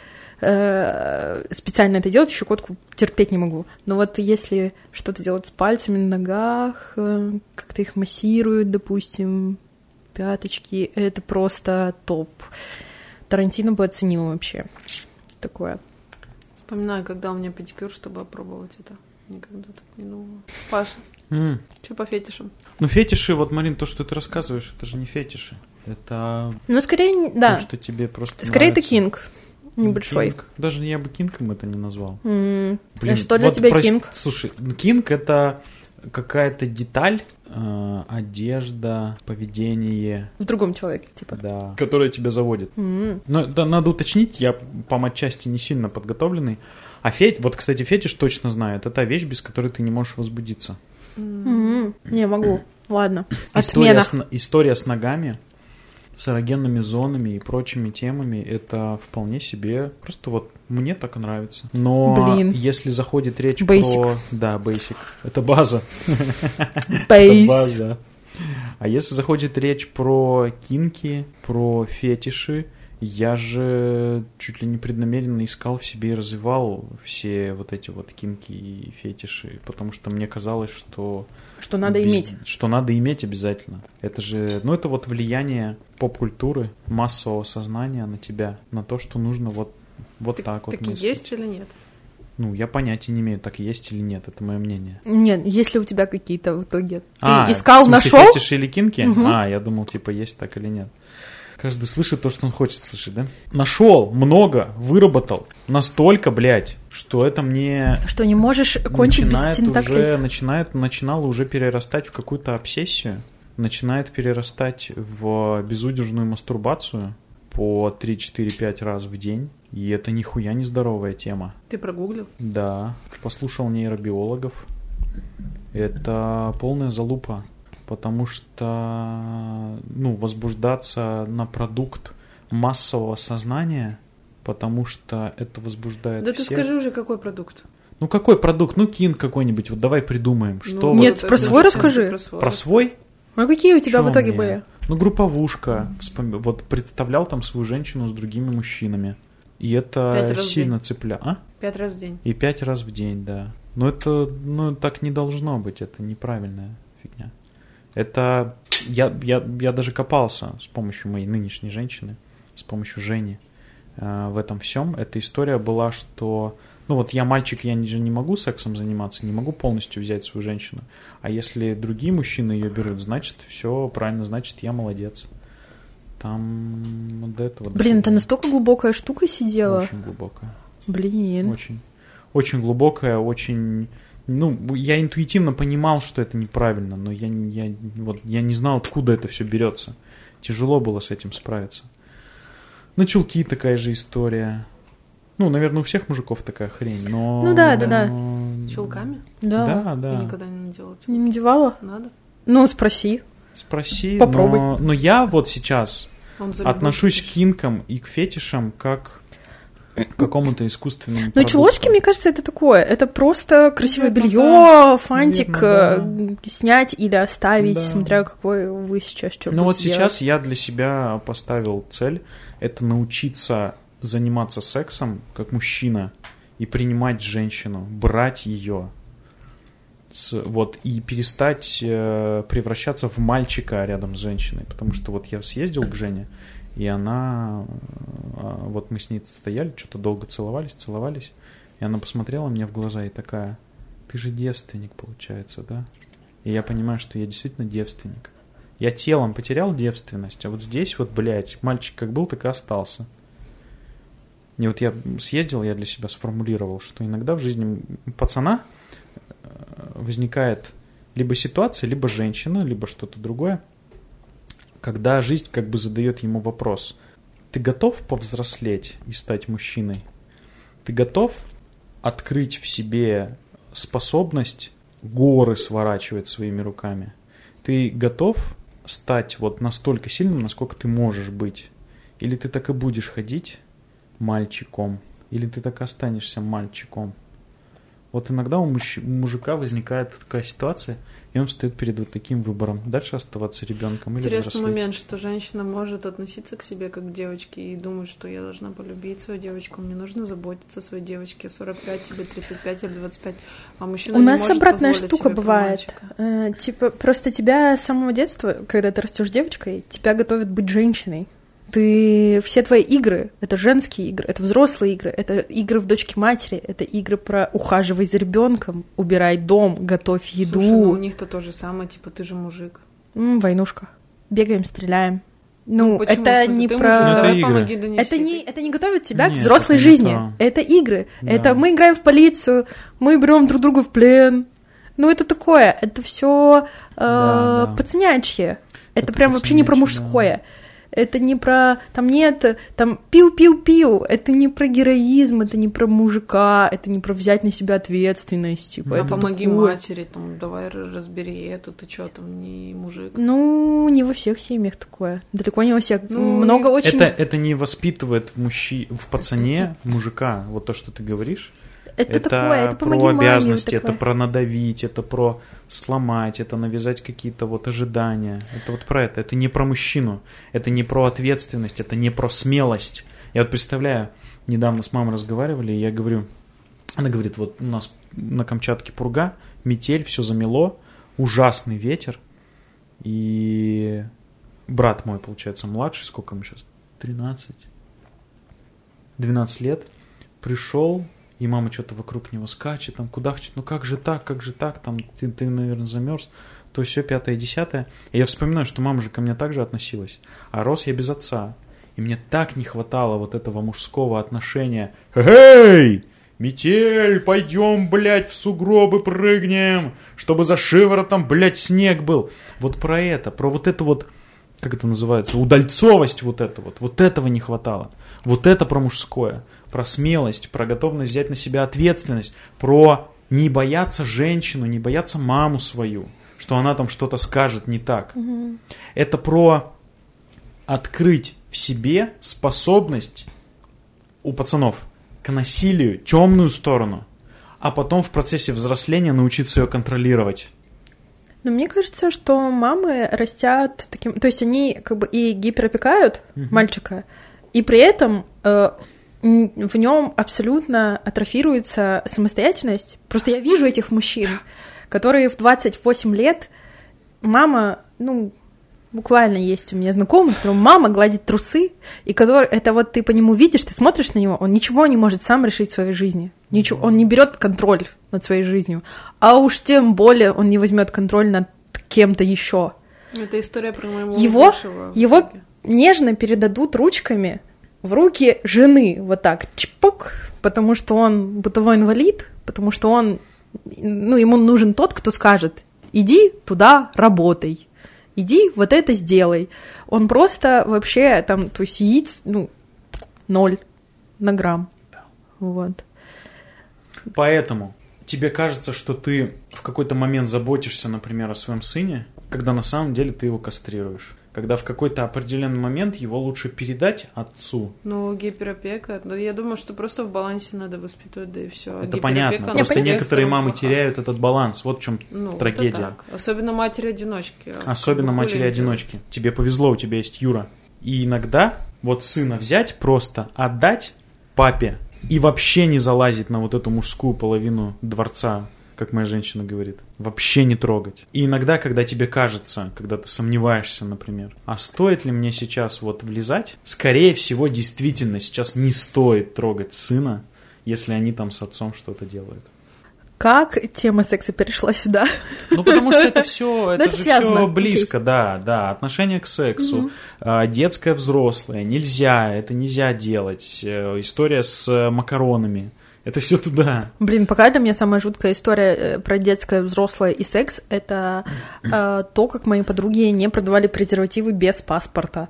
S2: Специально это делать, щекотку терпеть не могу. Но вот если что-то делать с пальцами на ногах, как-то их массируют, допустим, пяточки, это просто топ. Тарантино бы оценил вообще такое.
S3: Вспоминаю, когда у меня педикюр, чтобы опробовать это. Никогда так не думала. Паша, mm. что по фетишам?
S1: Ну, фетиши, вот, Марин, то, что ты рассказываешь, это же не фетиши. Это...
S2: Ну, скорее, да.
S1: То, что тебе просто
S2: Скорее,
S1: нравится.
S2: это кинг. Небольшой.
S1: Кинг. Даже я бы кингом это не назвал.
S2: Mm. Блин, а что для вот тебя
S1: прос...
S2: кинг?
S1: Слушай, кинг — это какая-то деталь, э, одежда, поведение.
S2: В другом человеке, типа.
S1: Да. Которая тебя заводит.
S2: Mm.
S1: Но да, надо уточнить, я по матчасти не сильно подготовленный. А фетиш, вот, кстати, фетиш точно знаю, это та вещь, без которой ты не можешь возбудиться.
S2: Mm. Не могу. Ладно.
S1: История
S2: Отмена.
S1: с, история с ногами, с эрогенными зонами и прочими темами, это вполне себе просто вот мне так нравится. Но
S2: Блин.
S1: если заходит речь
S2: Basic.
S1: про... Да, basic. Это база.
S2: Base.
S1: Это база. А если заходит речь про кинки, про фетиши, я же чуть ли не преднамеренно искал в себе и развивал все вот эти вот кинки и фетиши, потому что мне казалось, что...
S2: Что надо
S1: без...
S2: иметь.
S1: Что надо иметь обязательно. Это же... Ну, это вот влияние поп-культуры, массового сознания на тебя, на то, что нужно вот, вот так, так вот
S3: мыслить. Так есть или нет?
S1: Ну, я понятия не имею, так есть или нет, это мое мнение.
S2: Нет, если у тебя какие-то в итоге... Ты
S1: а,
S2: искал,
S1: в смысле,
S2: нашел?
S1: Фетиши или кинки?
S2: Угу.
S1: А, я думал, типа, есть так или нет. Каждый слышит то, что он хочет слышать, да? Нашел много, выработал настолько, блядь, что это мне...
S2: Что не можешь кончить без тентаклей.
S1: Начинает, начинало уже перерастать в какую-то обсессию, начинает перерастать в безудержную мастурбацию по три, четыре, пять раз в день. И это нихуя не здоровая тема.
S3: Ты прогуглил?
S1: Да, послушал нейробиологов. Это полная залупа. Потому что, ну, возбуждаться на продукт массового сознания, потому что это возбуждает
S3: Да
S1: всех.
S3: ты скажи уже, какой продукт?
S1: Ну, какой продукт? Ну, кинг какой-нибудь, вот давай придумаем. Что
S2: ну, нет,
S1: вот...
S2: про свой расскажи.
S3: Про свой?
S1: Про свой?
S2: А какие у тебя
S1: Чё
S2: в итоге
S1: мне?
S2: были?
S1: Ну, групповушка. Вспом... Вот представлял там свою женщину с другими мужчинами. И это сильно цепля. А?
S3: Пять раз в день.
S1: И пять раз в день, да. Но это, ну, так не должно быть, это неправильная фигня. Это... Я, я, я даже копался с помощью моей нынешней женщины, с помощью Жени, э, в этом всем. Эта история была, что... Ну вот я мальчик, я же не могу сексом заниматься, не могмогу полностью взять свою женщину. А если другие мужчины ее берут, значит, все правильно, значит, я молодец. Там до этого...
S2: Блин, это настолько глубокая штука сидела.
S1: Очень глубокая.
S2: Блин.
S1: Очень. Очень глубокая, очень... Ну, я интуитивно понимал, что это неправильно, но я, я, вот, я не знал, откуда это все берется. Тяжело было с этим справиться. На чулки такая же история. Ну, наверное, у всех мужиков такая хрень, но...
S2: Ну да, да, да.
S3: С чулками?
S2: Да.
S1: Да, да.
S3: Я никогда не надевала.
S2: Не надевала?
S3: Надо?
S2: Ну, спроси.
S1: Спроси,
S2: Попробуй.
S1: Но, но я вот сейчас
S3: Он за
S1: отношусь
S3: любовь
S1: к кинкам и к фетишам как к какому-то искусственному
S2: Ну,
S1: продукту.
S2: чулочки, мне кажется, это такое. Это просто красивое
S3: Наверно,
S2: белье,
S3: да.
S2: фантик
S1: Наверно,
S2: э, снять или оставить,
S1: Да.
S2: смотря какой вы сейчас что
S1: Ну вот
S2: будете
S1: сейчас
S2: делать.
S1: я для себя поставил цель, это научиться заниматься сексом как мужчина и принимать женщину, брать ее, с, вот, и перестать э, превращаться в мальчика рядом с женщиной, потому что вот я съездил к Жене, и она, э, вот мы с ней стояли, что-то долго целовались, целовались, и она посмотрела мне в глаза и такая: ты же девственник, получается, да? И я понимаю, что я действительно девственник. Я телом потерял девственность, а вот здесь вот, блядь, мальчик как был, так и остался. И вот я съездил, я для себя сформулировал, что иногда в жизни пацана возникает либо ситуация, либо женщина, либо что-то другое, когда жизнь как бы задает ему вопрос: ты готов повзрослеть и стать мужчиной? Ты готов открыть в себе способность горы сворачивать своими руками? Ты готов стать вот настолько сильным, насколько ты можешь быть? Или ты так и будешь ходить мальчиком? Или ты так и останешься мальчиком? Вот иногда у, мужч... у мужика возникает такая ситуация, и он встает перед вот таким выбором: дальше оставаться ребенком или
S3: Интересный
S1: взрослеть.
S3: момент, что женщина может относиться к себе как к девочке и думать, что я должна полюбить свою девочку, мне нужно заботиться о своей девочке, сорок пять, тебе тридцать пять или двадцать пять, а мужчина
S2: У
S3: не
S2: нас
S3: может
S2: обратная
S3: позволить
S2: штука
S3: себе про
S2: бывает.
S3: мальчика.
S2: Э, типа, просто тебя с самого детства, когда ты растешь девочкой, тебя готовят быть женщиной. Ты, все твои игры — это женские игры, это взрослые игры, это игры в дочке матери, это игры про ухаживай за ребенком, убирай дом, готовь еду.
S3: Слушай, ну у них-то то же самое, типа, ты же мужик.
S2: М, войнушка. Бегаем, стреляем. Ну,
S3: почему?
S2: это
S3: В смысле,
S2: не
S3: ты
S2: про...
S3: мужик,
S1: Ну,
S3: давай
S1: это игры.
S3: помоги донести.
S2: Это не, это не готовит тебя
S1: Нет,
S2: к взрослой
S1: это не
S2: жизни.
S1: то.
S2: Это игры.
S1: Да.
S2: Это мы играем в полицию, мы берем друг друга в плен. Ну, это такое. Это все
S1: Да, да.
S2: пацанячье. Это,
S1: Это
S2: прям вообще не про
S1: пацанячье,
S2: мужское. Это не про... Там нет... Там пиу-пиу-пиу. Это не про героизм, это не про мужика, это не про взять на себя ответственность. Типа,
S3: А
S2: это
S3: помоги
S2: такое.
S3: матери, там, давай разбери эту, ты чё там, не мужик.
S2: Ну, не во всех семьях такое. Далеко не во всех.
S3: Ну,
S2: Много очень...
S1: Это, это не воспитывает в, мужчи... в пацане мужика, вот то, что ты говоришь.
S2: Это,
S1: Это
S2: такое, это
S1: про
S2: помоги маме,
S1: обязанности,
S2: вот
S1: это
S2: такое.
S1: про надавить, это про сломать, это навязать какие-то вот ожидания. Это вот про это. Это не про мужчину, это не про ответственность, это не про смелость. Я вот представляю, недавно с мамой разговаривали, и я говорю, она говорит, вот у нас на Камчатке пурга, метель, все замело, ужасный ветер, и брат мой, получается, младший, сколько ему сейчас, тринадцать, двенадцать лет, пришел, и мама что-то вокруг него скачет, там кудахчет, ну как же так, как же так, там ты, ты наверное, замерз, то все пятое, десятое. И я вспоминаю, что мама же ко мне так же относилась, а рос я без отца. И мне так не хватало вот этого мужского отношения. Эй, метель, пойдем, блядь, в сугробы прыгнем, чтобы за шиворотом, блядь, снег был. Вот про это, про вот это вот, как это называется, удальцовость вот это вот, вот этого не хватало. Вот это про мужское, про смелость, про готовность взять на себя ответственность, про не бояться женщину, не бояться маму свою, что она там что-то скажет не так.
S2: Мгм.
S1: Это про открыть в себе способность у пацанов к насилию, темную сторону, а потом в процессе взросления научиться ее контролировать.
S2: Но мне кажется, что мамы растят таким... То есть они как бы и гиперопекают
S1: Мгм.
S2: мальчика, и при этом э, м, в нем абсолютно атрофируется самостоятельность. Просто я вижу этих мужчин, которые в двадцать восемь лет... Мама, ну, Буквально есть у меня знакомый, которому мама гладит трусы, и который, это вот ты по нему видишь, ты смотришь на него, он ничего не может сам решить в своей жизни. Ничего, он не берет контроль над своей жизнью. А уж тем более он не возьмет контроль над кем-то еще.
S3: Это история про моего
S2: его,
S3: бывшего.
S2: Его нежно передадут ручками в руки жены, вот так, чпок, потому что он бытовой инвалид, потому что он, ну, ему нужен тот, кто скажет: иди туда, работай. Иди, вот это сделай. Он просто вообще там, то есть яиц, ну, ноль на грамм. Вот.
S1: Поэтому тебе кажется, что ты в какой-то момент заботишься, например, о своем сыне, когда на самом деле ты его кастрируешь. Когда в какой-то определенный момент его лучше передать отцу.
S3: Ну, гиперопека. Ну, я думаю, что просто в балансе надо воспитывать, да и все.
S1: Это понятно. Просто некоторые мамы теряют этот баланс. Вот в чем ну, трагедия.
S3: Особенно матери-одиночки.
S1: Особенно матери-одиночки. Тебе повезло, у тебя есть Юра. И иногда вот сына взять, просто отдать папе и вообще не залазить на вот эту мужскую половину дворца, как моя женщина говорит, вообще не трогать. И иногда, когда тебе кажется, когда ты сомневаешься, например, а стоит ли мне сейчас вот влезать, скорее всего, действительно сейчас не стоит трогать сына, если они там с отцом что-то делают.
S2: Как тема секса перешла сюда?
S1: Ну, потому что это все, это, это же все близко,
S2: okay.
S1: да, да, отношение к сексу, mm-hmm. детское, взрослое, нельзя, это нельзя делать, история с макаронами. Это все туда.
S2: Блин, пока для меня самая жуткая история про детское, взрослое и секс — это э, то, как мои подруги не продавали презервативы без паспорта.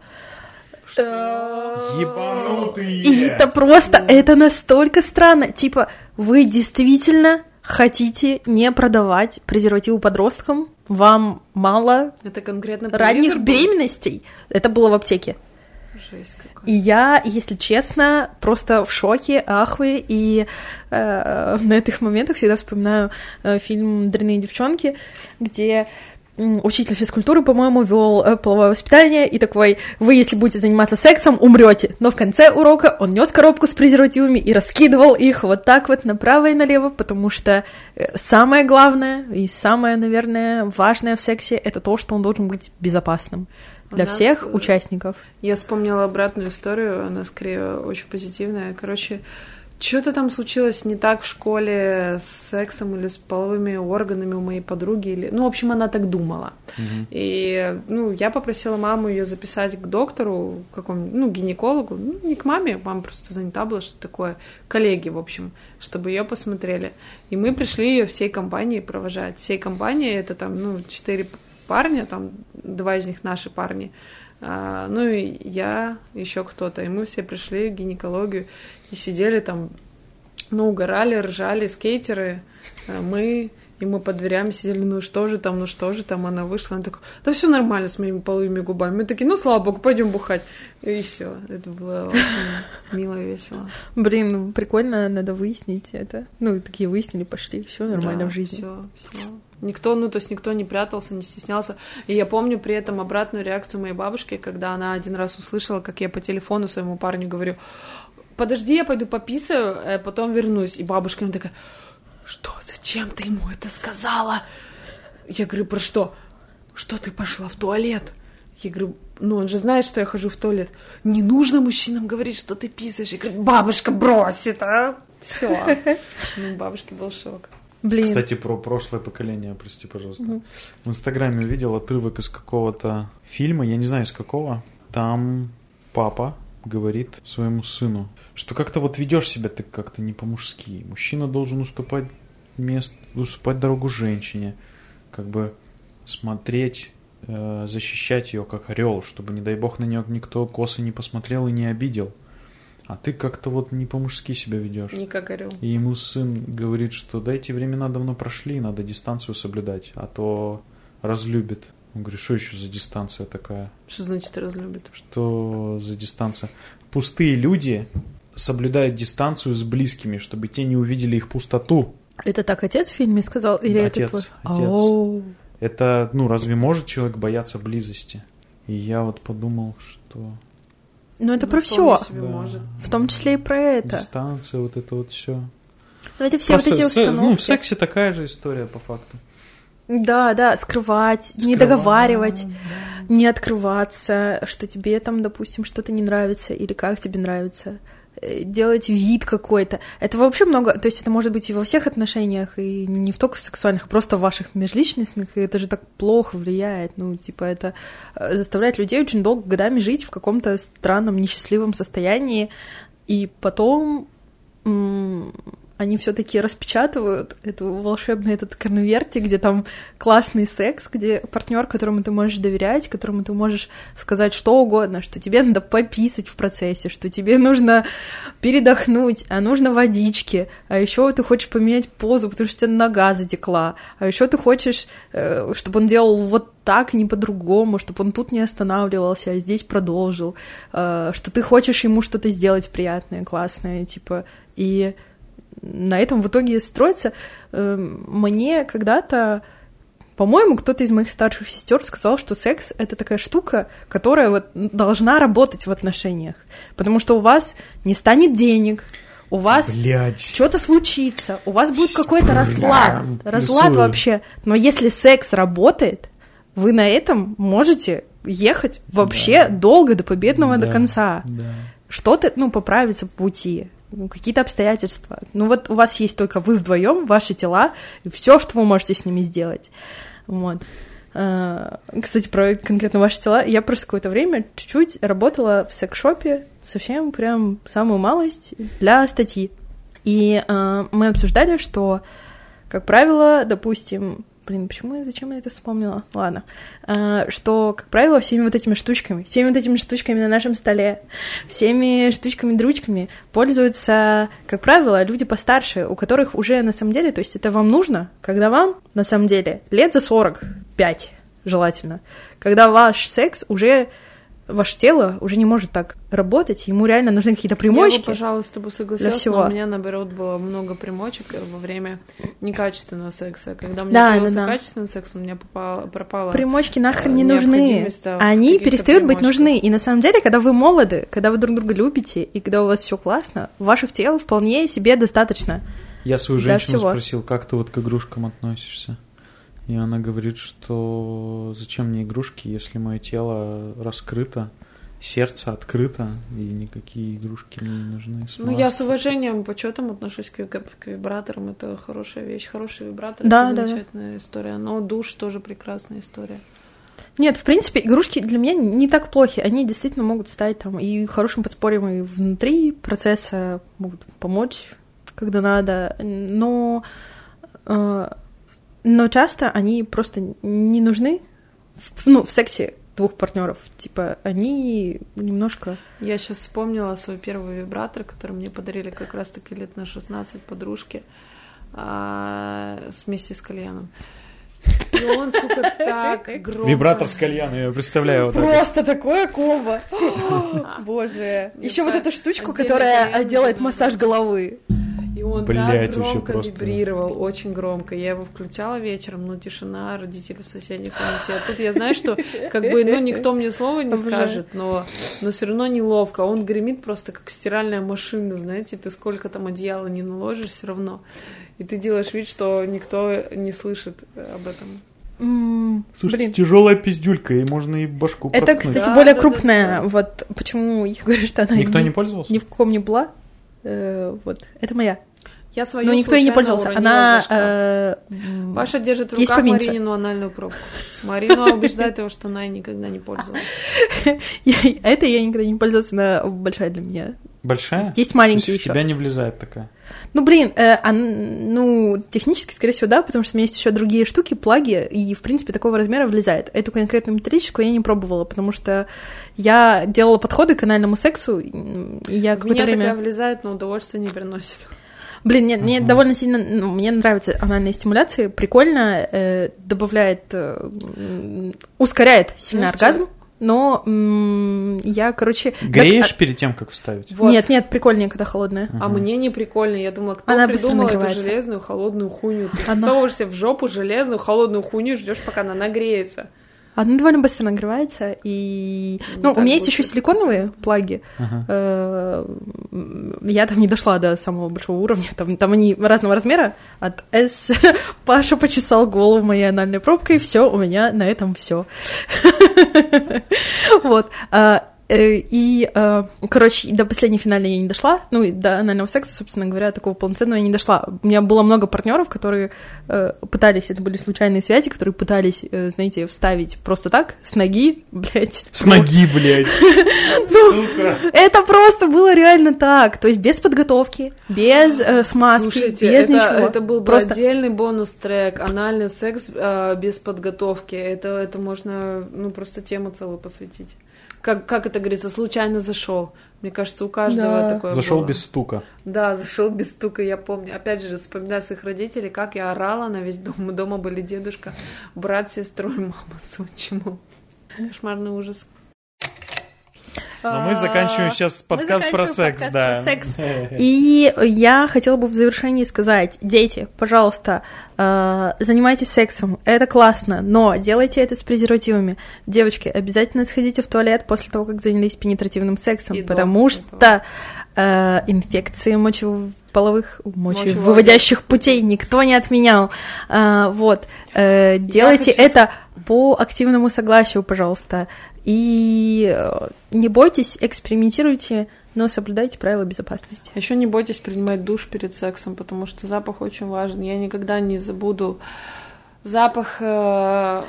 S1: Ебанутые!
S2: И это просто, это настолько странно. Типа, вы действительно хотите не продавать презервативы подросткам? Вам мало
S3: это конкретно
S2: ранних беременностей? Это было в аптеке.
S3: Жесть какая.
S2: И я, если честно, просто в шоке, ахуе, и э, на этих моментах всегда вспоминаю э, фильм «Дрянные девчонки», где э, учитель физкультуры, по-моему, вел э, половое воспитание, и такой: вы, если будете заниматься сексом, умрете. Но в конце урока он нес коробку с презервативами и раскидывал их вот так вот направо и налево, потому что э, самое главное и самое, наверное, важное в сексе — это то, что он должен быть безопасным для нас, всех участников.
S3: Я вспомнила обратную историю, она скорее очень позитивная. Короче, что-то там случилось не так в школе с сексом или с половыми органами у моей подруги. Или... Ну, в общем, она так думала. Mm-hmm. И, ну, я попросила маму ее записать к доктору, какому, ну, гинекологу. Ну, не к маме, мама просто занята была, что такое, коллеги, в общем, чтобы ее посмотрели. И мы пришли ее всей компанией провожать. Всей компанией, это там, ну, четыре парня, там два из них наши парни, а, ну и я, еще кто-то, и мы все пришли в гинекологию и сидели там, ну, угорали, ржали, скейтеры, а мы, и мы под дверями сидели: ну что же там, ну что же там, она вышла, она такая: да все нормально с моими половыми губами, мы такие: ну слава богу, пойдем бухать, и все, это было очень мило и весело.
S2: Блин, ну прикольно, надо выяснить это, ну такие выяснили, пошли, все нормально, да, в жизни.
S3: Все, все. Никто, ну, то есть никто не прятался, не стеснялся. И я помню при этом обратную реакцию моей бабушки, когда она один раз услышала, как я по телефону своему парню говорю: подожди, я пойду пописаю, а потом вернусь. И бабушка мне такая: что, зачем ты ему это сказала? Я говорю: про что? Что ты пошла в туалет? Я говорю: ну, он же знает, что я хожу в туалет. Не нужно мужчинам говорить, что ты писаешь. Я говорю: бабушка, брось это. Все. Ну, у бабушки был шок.
S2: Блин.
S1: Кстати, про прошлое поколение, прости, пожалуйста. Угу. В Инстаграме увидел отрывок из какого-то фильма, я не знаю из какого. Там папа говорит своему сыну, что как-то вот ведешь себя ты как-то не по-мужски. Мужчина должен уступать место, уступать дорогу женщине, как бы смотреть, э, защищать ее как орел, чтобы, не дай бог, на нее никто косо не посмотрел и не обидел. А ты как-то вот не по-мужски себя ведешь.
S3: Не как орел.
S1: И ему сын говорит, что да, эти времена давно прошли, надо дистанцию соблюдать, а то разлюбит. Он говорит: что еще за дистанция такая?
S3: Что значит разлюбит?
S1: Что за дистанция? Пустые люди соблюдают дистанцию с близкими, чтобы те не увидели их пустоту.
S2: Это так отец в фильме сказал? Или
S1: да,
S2: это
S1: отец,
S2: твой?
S1: отец.
S2: О-о-о.
S1: Это, ну, разве может человек бояться близости? И я вот подумал, что...
S2: Ну, это
S3: ну,
S2: про все.
S1: Да.
S2: В том числе и про это.
S1: Дистанция, вот это вот все.
S2: Ну, это все про вот эти
S1: с...
S2: установки.
S1: Ну, в сексе такая же история, по факту.
S2: Да, да, скрывать,
S1: скрывать,
S2: не договаривать,
S1: да.
S2: не открываться, что тебе там, допустим, что-то не нравится или как тебе нравится, делать вид какой-то. Это вообще много, то есть это может быть и во всех отношениях, и не в только сексуальных, а просто в ваших межличностных, и это же так плохо влияет, ну, типа, это заставляет людей очень долго, годами жить в каком-то странном, несчастливом состоянии, и потом м- они все-таки распечатывают эту волшебный этот конвертик, где там классный секс, где партнер, которому ты можешь доверять, которому ты можешь сказать что угодно, что тебе надо пописать в процессе, что тебе нужно передохнуть, а нужно водички, а еще ты хочешь поменять позу, потому что у тебя нога затекла, а еще ты хочешь, чтобы он делал вот так, не по-другому, чтобы он тут не останавливался, а здесь продолжил, что ты хочешь ему что-то сделать приятное, классное, типа, и на этом в итоге строится. Мне когда-то, по-моему, кто-то из моих старших сестер сказал, что секс — это такая штука, которая вот должна работать в отношениях, потому что у вас не станет денег, у вас что-то случится, у вас будет какой-то разлад, разлад вообще. Но если секс работает, вы на этом можете ехать вообще да. долго, до победного, да. до конца. Да. Что-то, ну, поправится по пути. Ну, какие-то обстоятельства. Ну вот у вас есть только вы вдвоем, ваши тела, и все, что вы можете с ними сделать. Вот. Кстати, про конкретно ваши тела. Я просто какое-то время чуть-чуть работала в секс-шопе, совсем прям самую малость для статьи. И мы обсуждали, что, как правило, допустим, блин, почему я, зачем я это вспомнила? Ладно. А, что, как правило, всеми вот этими штучками, всеми вот этими штучками на нашем столе, всеми штучками-дручками пользуются, как правило, люди постарше, у которых уже на самом деле, то есть это вам нужно, когда вам, на самом деле, лет за сорок пять желательно, когда ваш секс уже... Ваше тело уже не может так работать, ему реально нужны какие-то примочки.
S3: Я бы, пожалуй, с тобой согласилась, но у меня, наоборот, было много примочек во время некачественного секса. Когда у меня да, появился да, да. качественный секс, у меня попало, пропало...
S2: Примочки нахрен не нужны. Они перестают быть нужны. И на самом деле, когда вы молоды, когда вы друг друга любите, и когда у вас все классно, ваших тел вполне себе достаточно.
S1: Я свою женщину спросил, как ты вот к игрушкам относишься? И она говорит, что зачем мне игрушки, если мое тело раскрыто, сердце открыто, и никакие игрушки мне не нужны.
S3: Ну, я с уважением, почетом отношусь к, к вибраторам. Это хорошая вещь. Хороший вибратор
S2: да,
S3: это
S2: да,
S3: замечательная да. история. Но душ тоже прекрасная история.
S2: Нет, в принципе, игрушки для меня не так плохи. Они действительно могут стать там и хорошим подспорьем и внутри процесса, могут помочь, когда надо. Но... Но часто они просто не нужны, в, ну, в сексе двух партнеров. Типа, они немножко...
S3: Я сейчас вспомнила свой первый вибратор, который мне подарили как раз-таки лет на шестнадцать подружки а, вместе с кальяном. И он, сука, так громко...
S1: Вибратор с кальяном, я представляю. Вот
S2: просто такое комбо. Боже. Еще вот эту штучку, которая делает массаж головы.
S3: И он Блять, так громко вибрировал, очень громко. Я его включала вечером, ну, тишина, родители в соседней комнате. А тут я знаю, что как бы, ну, никто мне слова не скажет, но, но все равно неловко. Он гремит просто как стиральная машина, знаете, ты сколько там одеяла не наложишь, все равно. И ты делаешь вид, что никто не слышит об этом.
S2: Mm,
S1: Слушайте, тяжелая пиздюлька, и можно и башку
S2: Это,
S1: проткнуть.
S2: кстати,
S3: да,
S2: более
S3: да,
S2: крупная.
S3: Да, да, да.
S2: Вот почему я говорю, что она
S1: никто
S2: ни,
S1: не пользовался?
S2: Ни в ком не была. Э, вот, это моя.
S3: Я свою
S2: Но никто и не пользовался. Она... Э,
S3: Паша держит в руках Маринину анальную пробку. Марина убеждает его, что она никогда не пользовалась.
S2: Это я никогда не пользовалась, она большая для меня.
S1: Большая?
S2: Есть маленькие еще.
S1: В тебя не влезает такая?
S2: Ну, блин, э, а, ну, технически, скорее всего, да, потому что у меня есть еще другие штуки, плаги, и, в принципе, такого размера влезает. Эту конкретную металлическую я не пробовала, потому что я делала подходы к анальному сексу, и я какое-то время...
S3: У меня такая влезает, но удовольствия не приносит.
S2: Блин, нет, мне uh-huh. довольно сильно... Ну, мне нравится анальная стимуляция, прикольно, э, добавляет... Э, ускоряет сильно Знаешь, оргазм. Что? Но м- я, короче...
S1: Греешь
S2: как...
S1: перед тем, как вставить?
S2: Вот. Нет, нет, прикольнее, когда холодная.
S3: Uh-huh. А мне не прикольно. Я думала, кто
S2: она
S3: придумал эту железную холодную хуйню? Ты она... всовываешься в жопу железную холодную хуйню и ждешь, пока она нагреется.
S2: Она довольно быстро нагревается, и...
S3: Не
S2: Ну, у
S3: так
S2: меня есть
S3: быстро.
S2: еще силиконовые плаги.
S1: Ага.
S2: Э, Я там не дошла до самого большого уровня. Там, там они разного размера. От S Паша почесал голову моей анальной пробкой, все, у меня на этом все. Вот. А, э, И, э, короче, до последней финальной я не дошла. Ну, и до анального секса, собственно говоря, такого полноценного я не дошла. У меня было много партнеров, которые э, пытались, это были случайные связи, которые пытались, э, знаете, вставить просто так, с ноги, блядь.
S1: С ноги, блядь. Сука.
S2: Это просто было реально так. То есть без подготовки, без э, смазки,
S3: Слушайте,
S2: без
S3: это,
S2: ничего.
S3: это был бы
S2: Просто
S3: отдельный бонус-трек, анальный секс э, без подготовки. Это, это можно, ну, просто тему целую посвятить. Как, как это говорится, случайно зашел. Мне кажется, у каждого
S2: Да.
S3: такое
S1: Зашел
S3: было.
S1: без стука.
S3: Да, зашел без стука, я помню. Опять же, вспоминаю своих родителей, как я орала на весь дом. Мы дома были дедушка, брат с сестрой, мама с отчимом. Кошмарный ужас.
S1: Но мы заканчиваем сейчас
S2: Мы
S1: подкаст про
S2: заканчиваем
S1: секс,
S2: подкаст
S1: да.
S2: про секс. И я хотела бы в завершении сказать, дети, пожалуйста, э, занимайтесь сексом, это классно, но делайте это с презервативами. Девочки, обязательно сходите в туалет после того, как занялись пенетративным сексом,
S3: И до
S2: потому
S3: этого.
S2: что э, инфекции мочеполовых,
S3: Мочевыводящих
S2: мочевыводящих путей никто не отменял. Э, вот, э, делайте
S3: хочу
S2: это по активному согласию, пожалуйста. И э, не бойтесь, экспериментируйте, но соблюдайте правила безопасности.
S3: Еще не бойтесь принимать душ перед сексом, потому что запах очень важен. Я никогда не забуду запах... Э...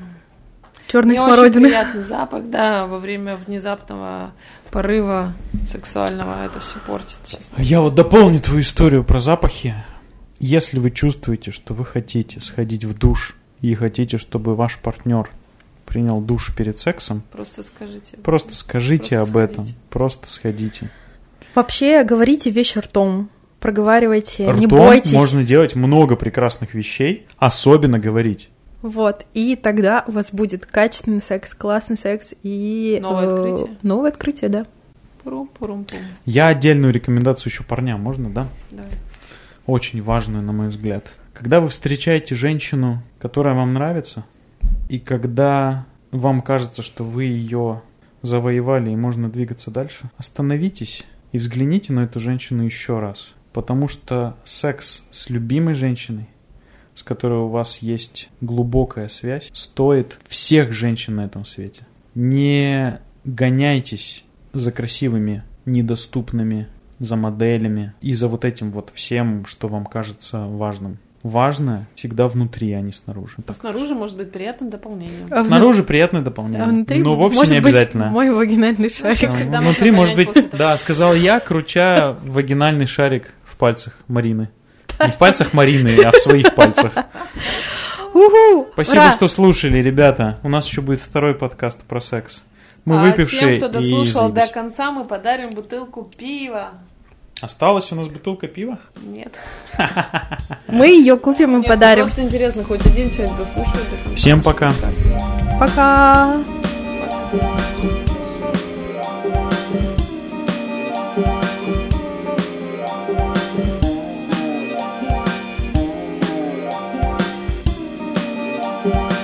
S2: Черной
S3: Не очень
S2: смородины.
S3: приятный запах, да, во время внезапного порыва сексуального. Это все портит, честно.
S1: Я вот дополню твою историю про запахи. Если вы чувствуете, что вы хотите сходить в душ и хотите, чтобы ваш партнер принял душ перед сексом,
S3: Просто скажите.
S1: просто скажите
S3: Просто
S1: об этом.
S3: сходите.
S1: Просто сходите.
S2: Вообще, говорите вещи ртом, проговаривайте, не
S1: Ртом
S2: бойтесь.
S1: можно делать много прекрасных вещей, особенно говорить.
S2: Вот, и тогда у вас будет качественный секс, классный секс и...
S3: Новое
S2: э,
S3: открытие.
S2: Новое открытие, да.
S3: Пурум-пурум-пум.
S1: Я отдельную рекомендацию еще парням, можно, да?
S3: Давай.
S1: Очень важную, на мой взгляд. Когда вы встречаете женщину, которая вам нравится, и когда вам кажется, что вы ее завоевали и можно двигаться дальше, остановитесь и взгляните на эту женщину еще раз. Потому что секс с любимой женщиной, с которой у вас есть глубокая связь, стоит всех женщин на этом свете. Не гоняйтесь за красивыми, недоступными, за моделями и за вот этим вот всем, что вам кажется важным. Важное всегда внутри, а не снаружи.
S3: А снаружи может быть приятным дополнением.
S2: А
S1: Снаружи приятное дополнение,
S2: А внутри
S1: но вовсе
S2: может
S1: не
S2: быть
S1: обязательно.
S2: мой вагинальный шарик.
S1: Там
S3: всегда
S1: внутри
S3: можно
S1: может
S3: понять
S1: быть,
S3: после того.
S1: да, сказал я, круча вагинальный шарик в пальцах Марины. Не в пальцах Марины, а в своих пальцах.
S2: Уху!
S1: Спасибо,
S2: Ура!
S1: что слушали, ребята. У нас еще будет второй подкаст про секс. Мы
S3: а
S1: выпившие
S3: тем, кто
S1: и
S3: дослушал до
S1: заебись.
S3: конца, мы подарим бутылку пива.
S1: Осталась у нас бутылка пива?
S3: Нет.
S2: Мы ее купим и
S3: Нет,
S2: подарим.
S3: Просто интересно, хоть один человек дослушает до конца.
S1: Всем пока.
S2: Пока!
S3: Пока.